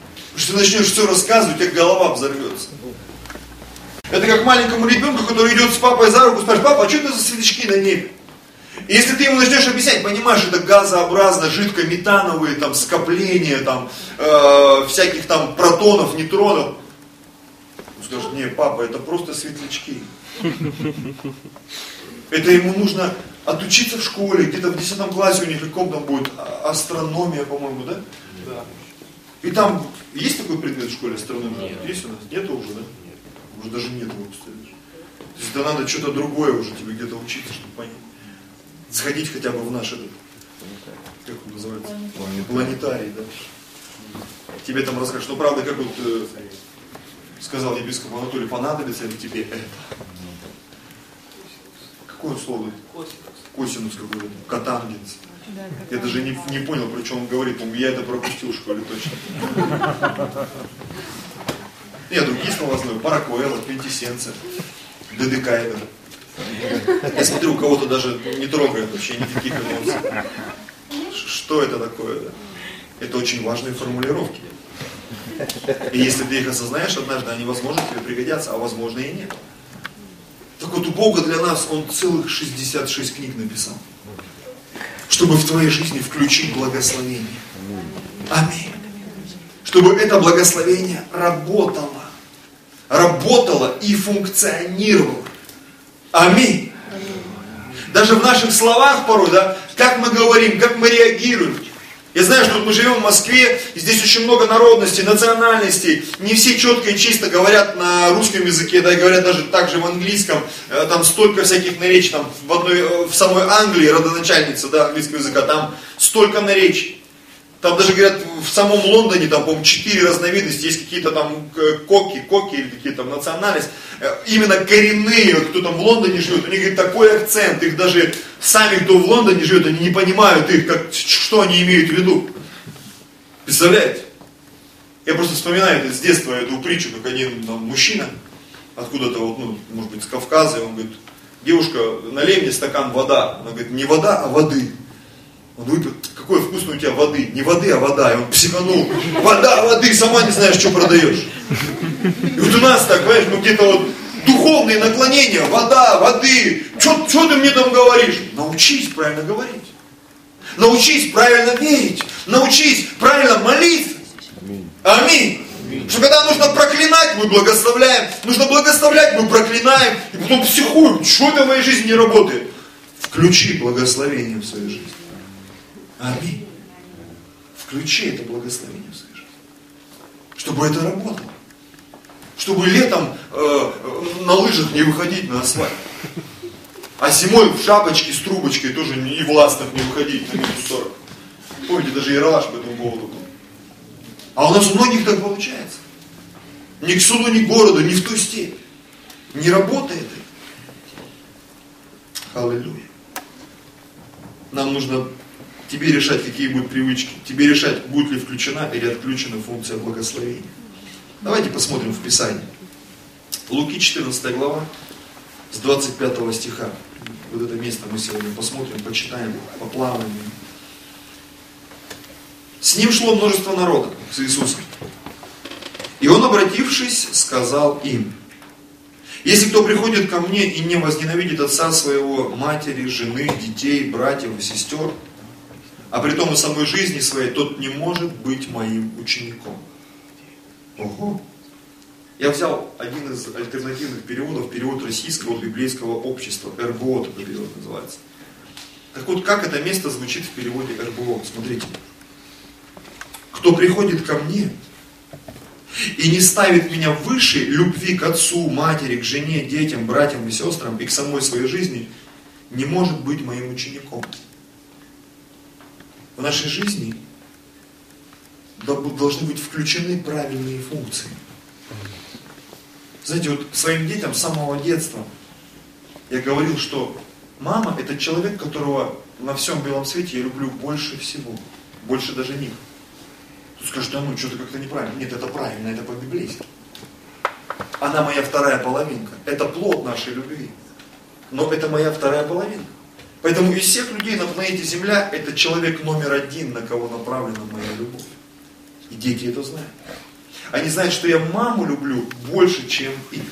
что ты начнешь все рассказывать, у тебя голова взорвется. Это как маленькому ребенку, который идет с папой за руку, спрашивает: папа, а что это за светлячки на небе? И если ты ему начнешь объяснять, понимаешь, это газообразно, жидкометановые там скопления, там, э, всяких там протонов, нейтронов. Он скажет: не, папа, это просто светлячки. Это ему нужно отучиться в школе, где-то в десятом классе у них каком там будет астрономия, по-моему, да? Да. И там есть такой предмет в школе, астрономия? Нет. Есть у нас? Нету уже, да? Нет. Уже даже нету, представляешь. То есть это надо что-то другое уже тебе где-то учиться, чтобы понять. Сходить хотя бы в наш этот, как он называется? Планетарий, да? Тебе там расскажут, ну правда, как вот э, сказал епископ Анатолий, понадобится ли тебе это? Какое слово? Косинус какой-то, катангенс. Я даже не, не понял, про что он говорит, я это пропустил в школе точно. Нет, другие слова знаю, паракоэла, квинтэссенция, дедекаэдр. Я смотрю, у кого-то даже не трогает вообще никаких эмоций. Что это такое? Да? Это очень важные формулировки. И если ты их осознаешь однажды, они, возможно, тебе пригодятся, а возможно и нет. Так вот, у Бога для нас Он целых шестьдесят шесть книг написал, чтобы в твоей жизни включить благословение. Аминь. Чтобы это благословение работало. Работало и функционировало. Аминь. Даже в наших словах порой, да, как мы говорим, как мы реагируем. Я знаю, что мы живем в Москве, и здесь очень много народностей, национальностей. Не все четко и чисто говорят на русском языке, да, и говорят даже так же в английском. Там столько всяких наречий, там в, одной, в самой Англии, родоначальница, да, английского языка, там столько наречий. Там даже говорят, в самом Лондоне, там, по-моему, четыре разновидности, есть какие-то там коки, коки или какие-то там национальности. Именно коренные, вот кто там в Лондоне живет, у них говорит, такой акцент, их даже сами, кто в Лондоне живет, они не понимают их, как, что они имеют в виду. Представляете? Я просто вспоминаю это с детства, эту притчу, как один там, мужчина, откуда-то, вот, ну, может быть, с Кавказа, и он говорит: девушка, налей мне стакан вода. Она говорит: не вода, а воды. Он выпил: какой вкусный у тебя воды. Не воды, а вода. И он психанул: вода, воды, сама не знаешь, что продаешь. И вот у нас так, понимаешь, ну где-то вот духовные наклонения, вода, воды. Что ты мне там говоришь? Научись правильно говорить. Научись правильно верить. Научись правильно молиться. Аминь. Аминь. Что когда нужно проклинать, мы благословляем. Нужно благословлять, мы проклинаем. И потом психуем. Что это в моей жизни не работает? Включи благословение в свою жизнь. Аминь. Включи это благословение в свою жизнь. Чтобы это работало. Чтобы летом э, на лыжах не выходить на асфальт. А зимой в шапочке с трубочкой тоже и в ластах не выходить на минус сорок. Помните, даже Ералаш по этому поводу был. А у нас у многих так получается. Ни к суду, ни к городу, ни в ту степь. Не работает это. Аллилуйя. Нам нужно тебе решать, какие будут привычки. Тебе решать, будет ли включена или отключена функция благословения. Давайте посмотрим в Писании. Луки четырнадцатая глава, с двадцать пятого стиха. Вот это место мы сегодня посмотрим, почитаем, поплаваем. С ним шло множество народа, с Иисусом. И он, обратившись, сказал им: если кто приходит ко мне и не возненавидит отца своего, матери, жены, детей, братьев и сестер, а при том и самой жизни своей, тот не может быть моим учеником. Ого! Я взял один из альтернативных переводов, перевод российского библейского общества, эр бэ о такой перевод называется. Так вот, как это место звучит в переводе эр бэ о? Смотрите. Кто приходит ко мне и не ставит меня выше любви к отцу, матери, к жене, детям, братьям и сестрам и к самой своей жизни, не может быть моим учеником. В нашей жизни должны быть включены правильные функции. Знаете, вот своим детям с самого детства я говорил, что мама — это человек, которого на всем белом свете я люблю больше всего, больше даже них. Тут скажут: а ну, что-то как-то неправильно. Нет, это правильно, это по-библейски. Она моя вторая половинка, это плод нашей любви. Но это моя вторая половинка. Поэтому из всех людей на планете Земля это человек номер один, на кого направлена моя любовь. И дети это знают. Они знают, что я маму люблю больше, чем их.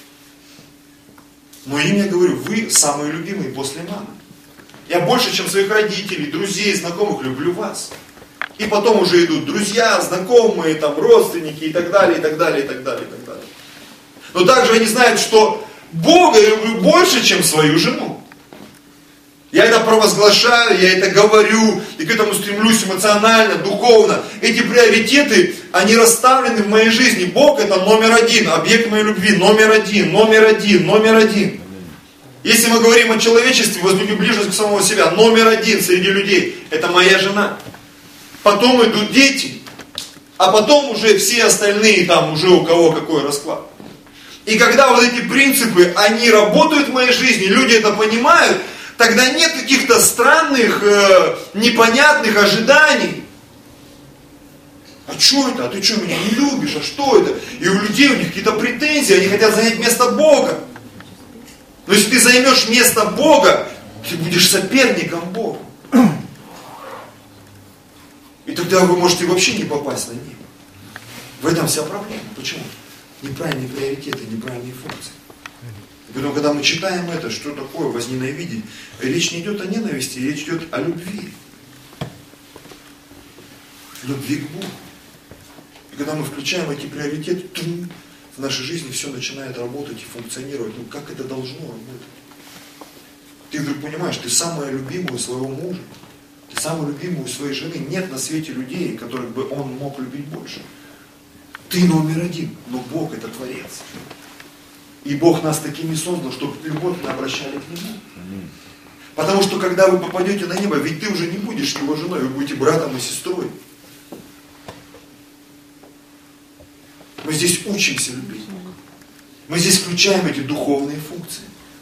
Но им я говорю, вы самые любимые после мамы. Я больше, чем своих родителей, друзей, знакомых люблю вас. И потом уже идут друзья, знакомые, там, родственники и так далее, и так далее, и так далее, и так далее. Но также они знают, что Бога я люблю больше, чем свою жену. Я это провозглашаю, я это говорю, и к этому стремлюсь эмоционально, духовно. Эти приоритеты, они расставлены в моей жизни. Бог это номер один, объект моей любви, номер один, номер один, номер один. Если мы говорим о человечестве, возлюби ближнего к самого себя, номер один среди людей, это моя жена. Потом идут дети, а потом уже все остальные, там уже у кого какой расклад. И когда вот эти принципы, они работают в моей жизни, люди это понимают, тогда нет каких-то странных, э, непонятных ожиданий. А что это? А ты что, меня не любишь? А что это? И у людей у них какие-то претензии, они хотят занять место Бога. Но если ты займешь место Бога, ты будешь соперником Бога. И тогда вы можете вообще не попасть на небо. В этом вся проблема. Почему? Неправильные приоритеты, неправильные функции. И поэтому, когда мы читаем это, что такое возненавидеть, речь не идет о ненависти, речь идет о любви. Любви к Богу. И когда мы включаем эти приоритеты, тум, в нашей жизни все начинает работать и функционировать. Ну как это должно работать? Ты вдруг понимаешь, ты самая любимая у своего мужа, ты самая любимая у своей жены. Нет на свете людей, которых бы он мог любить больше. Ты номер один, но Бог это Творец. И Бог нас такими создал, чтобы любовь мы обращали к Нему. Потому что когда вы попадете на небо, ведь ты уже не будешь его женой, вы будете братом и сестрой. Мы здесь учимся любить. Мы здесь включаем эти духовные функции.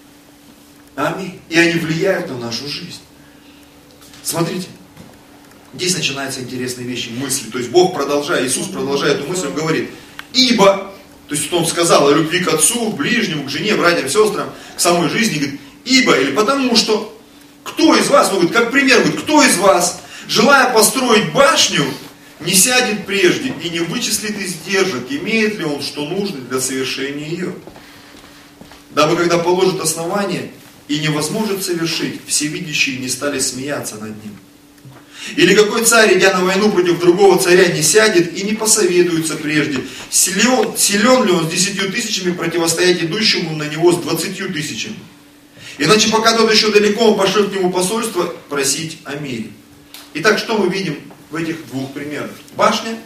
Аминь. И они влияют на нашу жизнь. Смотрите. Здесь начинаются интересные вещи, мысли. То есть Бог продолжает, Иисус продолжает эту мысль, он говорит, ибо, то есть Он сказал о любви к Отцу, к ближнему, к жене, братьям, сестрам, к самой жизни, говорит, ибо, или потому что, кто из вас, ну, говорит, как пример, говорит, кто из вас, желая построить башню, не сядет прежде и не вычислит издержек, имеет ли он что нужно для совершения ее. Дабы, когда положит основание и не возможет совершить, всевидящие не стали смеяться над ним. Или какой царь, идя на войну против другого царя, не сядет и не посоветуется прежде, силен, силен ли он с десятью тысячами противостоять идущему на него с двадцатью тысячами. Иначе пока тот еще далеко, он пошлет к нему посольство просить о мире. Итак, что мы видим в этих двух примерах? Башня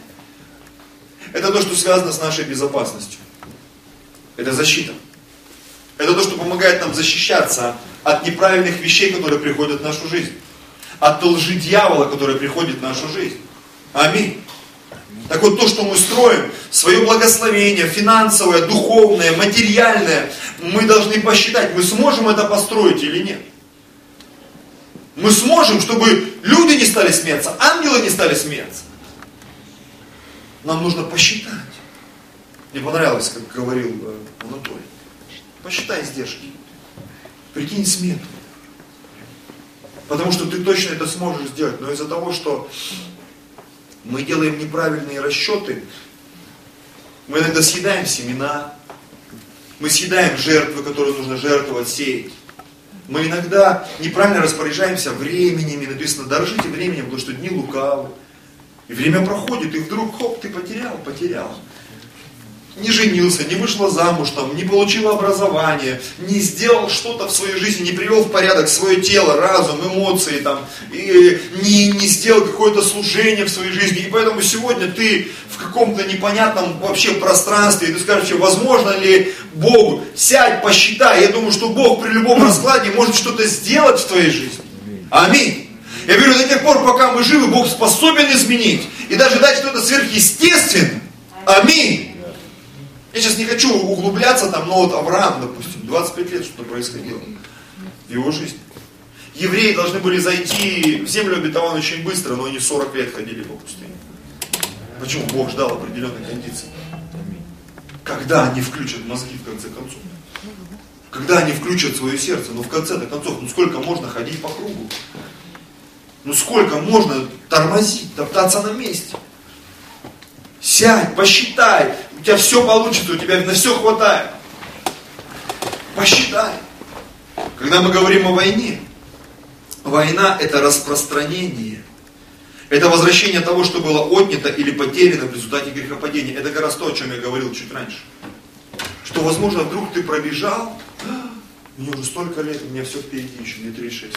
– это то, что связано с нашей безопасностью. Это защита. Это то, что помогает нам защищаться от неправильных вещей, которые приходят в нашу жизнь. От лжи дьявола, который приходит в нашу жизнь. Аминь. Так вот, то, что мы строим, свое благословение, финансовое, духовное, материальное, мы должны посчитать, мы сможем это построить или нет. Мы сможем, чтобы люди не стали смеяться, ангелы не стали смеяться. Нам нужно посчитать. Мне понравилось, как говорил Анатолий. Посчитай издержки. Прикинь смету. Потому что ты точно это сможешь сделать. Но из-за того, что мы делаем неправильные расчеты, мы иногда съедаем семена, мы съедаем жертвы, которые нужно жертвовать, сеять. Мы иногда неправильно распоряжаемся временем, написано, дорожите временем, потому что дни лукавы. И время проходит, и вдруг, хоп, ты потерял, потерял. Не женился, не вышла замуж, там, не получил образование, не сделал что-то в своей жизни, не привел в порядок свое тело, разум, эмоции, там, и не, не сделал какое-то служение в своей жизни. И поэтому сегодня ты в каком-то непонятном вообще пространстве, и ты скажешь, возможно ли Богу, сядь, посчитай. Я думаю, что Бог при любом раскладе может что-то сделать в твоей жизни. Аминь. Я говорю, до тех пор, пока мы живы, Бог способен изменить и даже дать что-то сверхъестественное. Аминь. Я сейчас не хочу углубляться там, но вот Авраам, допустим, двадцать пять лет что-то происходило в его жизни. Евреи должны были зайти в землю обетованную очень быстро, но они сорок лет ходили по пустыне. Почему? Бог ждал определенной кондиции. Когда они включат мозги в конце концов? Когда они включат свое сердце? Ну в конце-то концов, ну сколько можно ходить по кругу? Ну сколько можно тормозить, топтаться на месте? Сядь, посчитай. У тебя все получится, у тебя на все хватает. Посчитай. Когда мы говорим о войне, война это распространение. Это возвращение того, что было отнято или потеряно в результате грехопадения. Это как раз то, о чем я говорил чуть раньше. Что, возможно, вдруг ты пробежал, мне уже столько лет, у меня все впереди еще, мне тридцать шесть.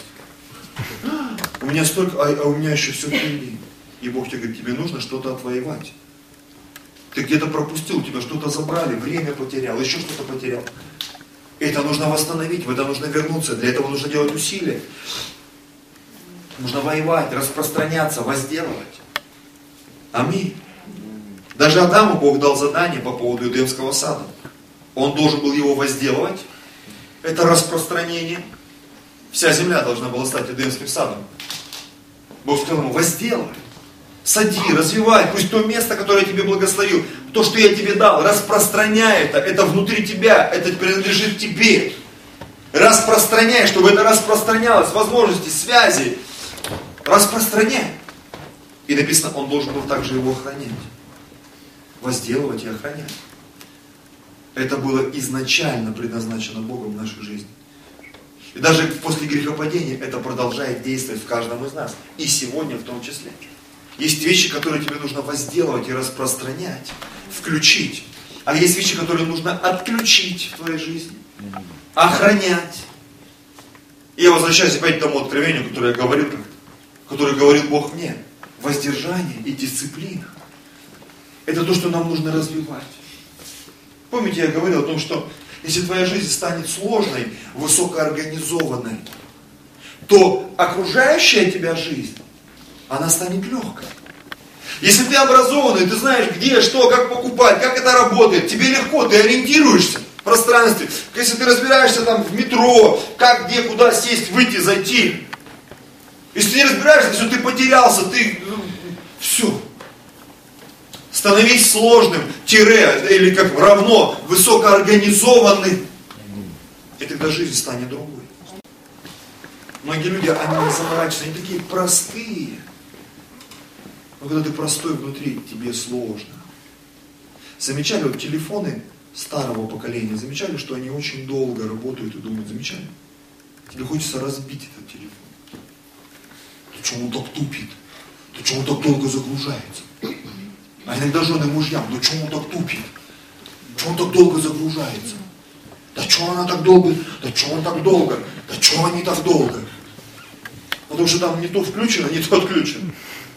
У меня столько, а, а у меня еще все впереди. И Бог тебе говорит, тебе нужно что-то отвоевать. Ты где-то пропустил, у тебя что-то забрали, время потерял, еще что-то потерял. Это нужно восстановить, в это нужно вернуться, для этого нужно делать усилия. Нужно воевать, распространяться, возделывать. Аминь. Даже Адаму Бог дал задание по поводу Эдемского сада. Он должен был его возделывать. Это распространение. Вся земля должна была стать Эдемским садом. Бог сказал ему, возделывай, сади, развивай, пусть то место, которое я тебе благословил, то, что я тебе дал, распространяй это, это внутри тебя, это принадлежит тебе. Распространяй, чтобы это распространялось, возможности, связи. Распространяй. И написано, он должен был также его охранять. Возделывать и охранять. Это было изначально предназначено Богом в нашей жизни. И даже после грехопадения это продолжает действовать в каждом из нас. И сегодня в том числе. Есть вещи, которые тебе нужно возделывать и распространять, включить. А есть вещи, которые нужно отключить в твоей жизни. Охранять. И я возвращаюсь опять к тому откровению, которое я говорил, которое говорил Бог мне. Воздержание и дисциплина. Это то, что нам нужно развивать. Помните, я говорил о том, что если твоя жизнь станет сложной, высокоорганизованной, то окружающая тебя жизнь, она станет легкой. Если ты образованный, ты знаешь, где, что, как покупать, как это работает, тебе легко, ты ориентируешься в пространстве. Если ты разбираешься там в метро, как, где, куда сесть, выйти, зайти. Если ты не разбираешься, все, ты потерялся, ты, ну, все. Становись сложным, тире, или как равно, высокоорганизованным. И тогда жизнь станет другой. Многие люди, они не заморачиваются, они такие простые. Но когда ты простой внутри, тебе сложно. Замечали, вот телефоны старого поколения, замечали, что они очень долго работают и думают, замечали? Тебе хочется разбить этот телефон. Да что он так тупит? Да что он так долго загружается? А иногда жены мужьям, да что он так тупит? Что он так долго загружается? Да что она так долго? Да что он так долго? Да что они так долго? Потому что там не то включено, не то отключено.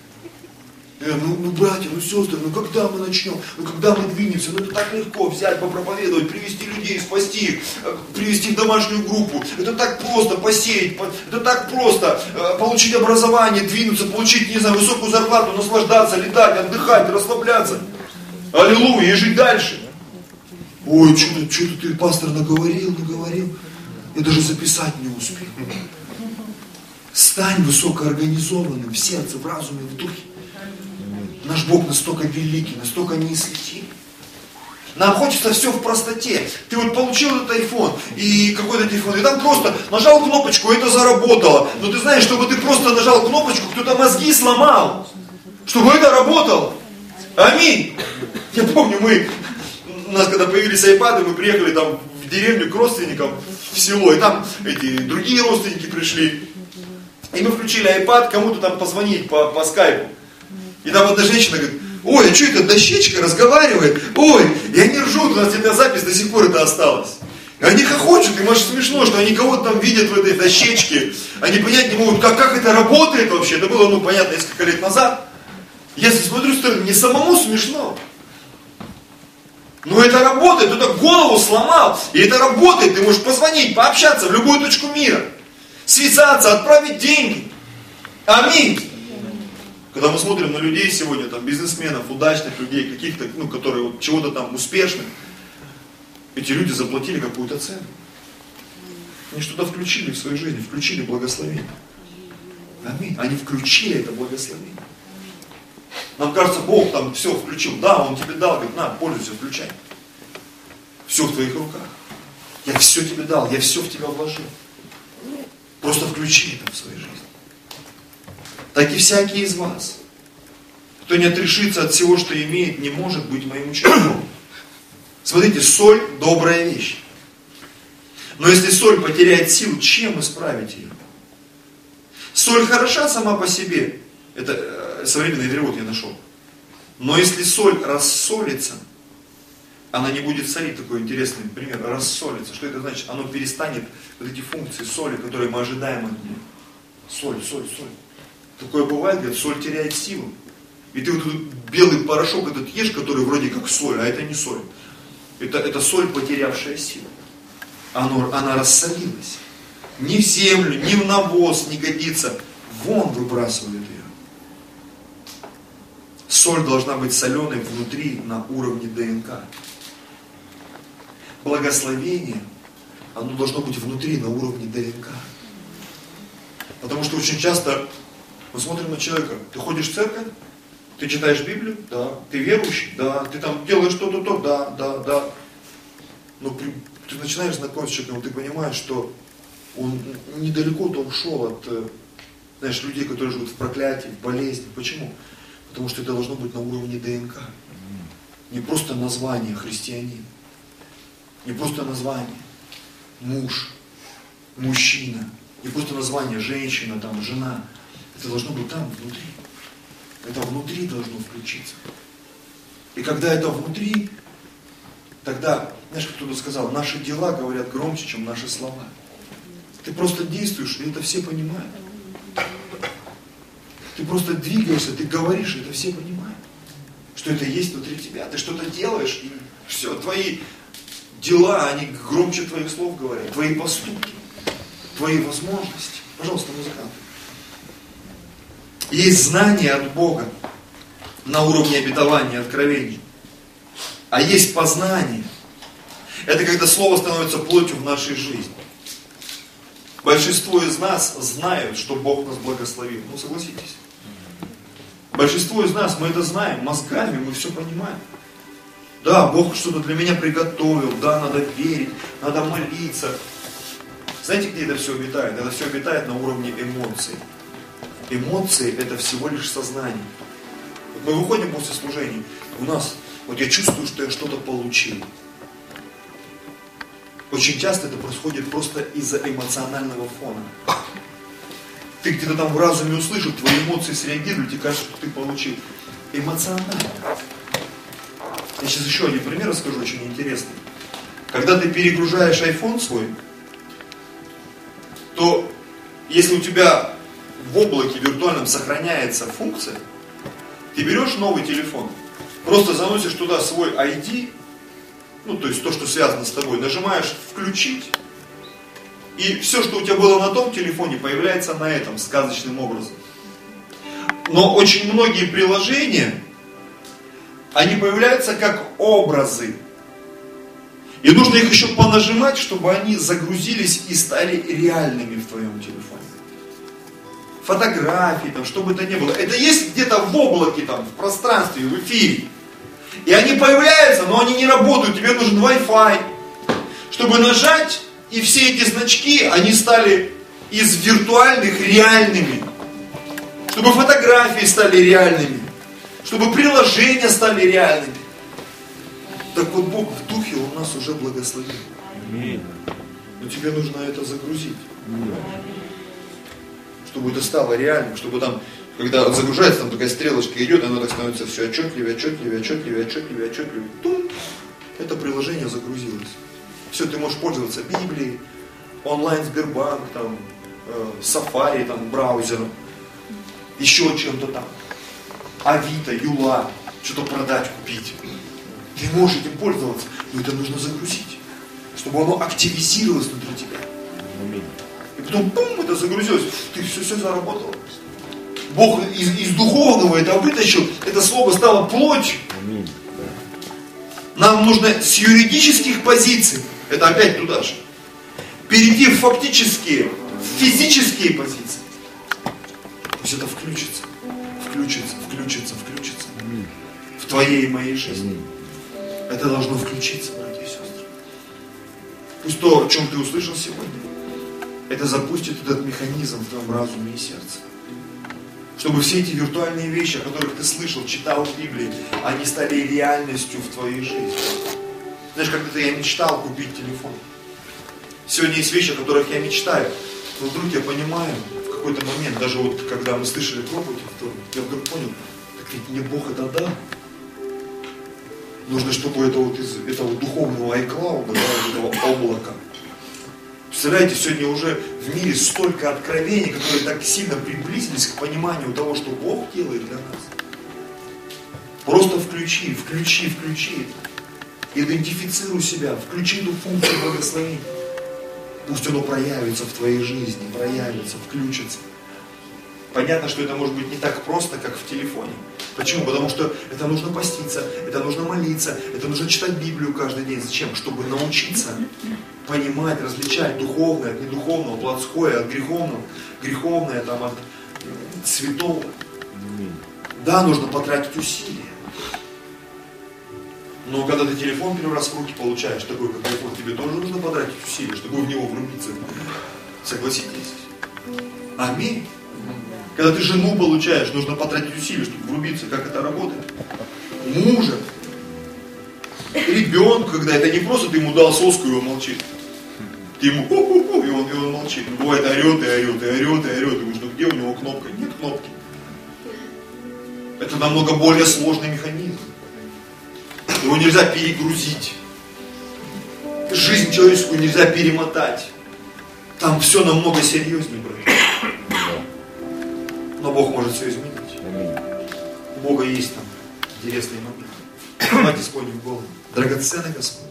Я, ну, ну, братья, ну, сестры, ну, когда мы начнем? Ну, когда мы двинемся? Ну, это так легко взять, попроповедовать, привести людей, спасти их, привести в домашнюю группу. Это так просто посеять, это так просто получить образование, двинуться, получить, не знаю, высокую зарплату, наслаждаться, летать, отдыхать, расслабляться. Аллилуйя, и жить дальше. Ой, что-то, что-то ты, пастор, наговорил, наговорил. Я даже записать не успел. Стань высокоорганизованным в сердце, в разуме, в духе. Наш Бог настолько великий, настолько неисследим. Нам хочется все в простоте. Ты вот получил этот айфон и какой-то телефон, и там просто нажал кнопочку, и это заработало. Но ты знаешь, чтобы ты просто нажал кнопочку, кто-то мозги сломал, чтобы это работало. Аминь. Я помню, мы, у нас когда появились айпады, мы приехали там в деревню к родственникам, в село, и там эти другие родственники пришли. И мы включили айпад, кому-то там позвонить по, по скайпу. И там одна женщина говорит, ой, а что это дощечка разговаривает? Ой, и они ржут, у нас где-то запись до сих пор это осталось. И они хохочут, им аж смешно, что они кого-то там видят в этой дощечке. Они понять не могут, как, как это работает вообще. Это было, ну, понятно, несколько лет назад. Я смотрю в сторону, мне самому смешно. Но это работает, кто-то голову сломал. И это работает, ты можешь позвонить, пообщаться в любую точку мира. Связаться, отправить деньги. Аминь. Когда мы смотрим на людей сегодня, там, бизнесменов, удачных людей, каких-то, ну, которые вот, чего-то там успешных, эти люди заплатили какую-то цену. Они что-то включили в свою жизнь, включили благословение. Аминь. Они включили это благословение. Нам кажется, Бог там все включил. Да, Он тебе дал, говорит, на, пользуйся, включай. Все в твоих руках. Я все тебе дал, я все в тебя вложил. Просто включи это в свою жизнь. Так и всякий из вас, кто не отрешится от всего, что имеет, не может быть моим учеником. Смотрите, соль – добрая вещь. Но если соль потеряет силу, чем исправить ее? Соль хороша сама по себе. Это э, современный перевод я нашел. Но если соль рассолится, она не будет солить. Такой интересный пример. Рассолится. Что это значит? Оно перестанет вот эти функции соли, которые мы ожидаем от нее. Соль, соль, соль. Такое бывает, говорят, соль теряет силу. И ты вот этот белый порошок этот ешь, который вроде как соль, а это не соль. Это, это соль, потерявшая силу. Оно, она рассолилась. Ни в землю, ни в навоз не годится. Вон выбрасывают ее. Соль должна быть соленой внутри, на уровне ДНК. Благословение, оно должно быть внутри, на уровне ДНК. Потому что очень часто мы смотрим на человека. Ты ходишь в церковь? Ты читаешь Библию? Да. Ты верующий? Да. Ты там делаешь что-то, то? Да, да, да. Но при, ты начинаешь знакомиться с человеком, ты понимаешь, что он недалеко-то ушел от, знаешь, людей, которые живут в проклятии, в болезни. Почему? Потому что это должно быть на уровне ДНК. Не просто название христианин. Не просто название муж, мужчина. Не просто название женщина, там, жена. Это должно быть там, внутри. Это внутри должно включиться. И когда это внутри, тогда, знаешь, как кто-то сказал, наши дела говорят громче, чем наши слова. Ты просто действуешь, и это все понимают. Ты просто двигаешься, ты говоришь, и это все понимают. Что это есть внутри тебя. Ты что-то делаешь, и все, твои дела, они громче твоих слов говорят. Твои поступки, твои возможности. Пожалуйста, музыканты. Есть знание от Бога на уровне обетования, откровений. А есть познание. Это когда Слово становится плотью в нашей жизни. Большинство из нас знают, что Бог нас благословил. Ну, согласитесь. Большинство из нас, мы это знаем, мозгами мы все понимаем. Да, Бог что-то для меня приготовил, да, надо верить, надо молиться. Знаете, где это все обитает? Это все обитает на уровне эмоций. Эмоции – это всего лишь сознание. Вот мы выходим после служения, у нас, вот я чувствую, что я что-то получил. Очень часто это происходит просто из-за эмоционального фона. Ты где-то там в разуме услышал, твои эмоции среагируют, тебе кажется, что ты получил. Эмоционально. Я сейчас еще один пример расскажу, очень интересный. Когда ты перегружаешь айфон свой, то если у тебя в облаке виртуальном сохраняется функция, ты берешь новый телефон, просто заносишь туда свой ай ди, ну то есть то, что связано с тобой, нажимаешь «включить», и все, что у тебя было на том телефоне, появляется на этом сказочным образом. Но очень многие приложения, они появляются как образы. И нужно их еще понажимать, чтобы они загрузились и стали реальными в твоем телефоне. Фотографии, там, что бы то ни было. Это есть где-то в облаке, там, в пространстве, в эфире. И они появляются, но они не работают. Тебе нужен Wi-Fi, чтобы нажать, и все эти значки, они стали из виртуальных реальными. Чтобы фотографии стали реальными. Чтобы приложения стали реальными. Так вот Бог в духе, Он нас уже благословил. Но тебе нужно это загрузить. Чтобы это стало реальным, чтобы там, когда загружается, там такая стрелочка идет, оно так становится все отчетливее, отчетливее, отчетливее, отчетливее, отчетливее. Тум, это приложение загрузилось. Все, ты можешь пользоваться Библией, онлайн Сбербанк, там, э, Safari, там, браузером, еще чем-то там, Авито, Юла, что-то продать, купить. Ты можешь этим пользоваться, но это нужно загрузить, чтобы оно активизировалось внутри тебя. И потом, бум, это загрузилось, ты все, все заработало. Бог из, из духовного это вытащил, это слово стало плотью. Нам нужно с юридических позиций, это опять туда же, перейти в фактические, в физические позиции. Пусть это включится, включится, включится, включится в твоей и моей жизни. Это должно включиться, братья и сестры. Пусть то, о чем ты услышал сегодня, это запустит этот механизм в твоем разуме и сердце. Чтобы все эти виртуальные вещи, о которых ты слышал, читал в Библии, они стали реальностью в твоей жизни. Знаешь, когда-то я мечтал купить телефон. Сегодня есть вещи, о которых я мечтаю. Но вдруг я понимаю, в какой-то момент, даже вот когда мы слышали проповедь, я вдруг понял, так ведь мне Бог это дал. Нужно, чтобы это вот из этого духовного iCloud, да, из этого облака. Представляете, сегодня уже в мире столько откровений, которые так сильно приблизились к пониманию того, что Бог делает для нас. Просто включи, включи, включи. Идентифицируй себя, включи эту функцию благословения. Пусть оно проявится в твоей жизни, проявится, включится. Понятно, что это может быть не так просто, как в телефоне. Почему? Потому что это нужно поститься, это нужно молиться, это нужно читать Библию каждый день. Зачем? Чтобы научиться понимать, различать духовное от недуховного, плотское от греховного, греховное там, от святого. Да, нужно потратить усилия. Но когда ты телефон первый раз в руки получаешь, такой как iPhone, тебе тоже нужно потратить усилия, чтобы в него влюбиться. Согласитесь? Аминь. Когда ты жену получаешь, нужно потратить усилия, чтобы врубиться, как это работает. Мужа. Ребенка, когда это не просто ты ему дал соску, и он молчит. Ты ему ху-ху-ху, и он, и он молчит. Бывает орет, и орет, и орет, и орет. И думаешь, ну где у него кнопка? Нет кнопки. Это намного более сложный механизм. Его нельзя перегрузить. Жизнь человеческую нельзя перемотать. Там все намного серьезнее, брат. Но Бог может все изменить. У Бога есть там интересные моменты. Давайте склоним голову. Драгоценный Господь.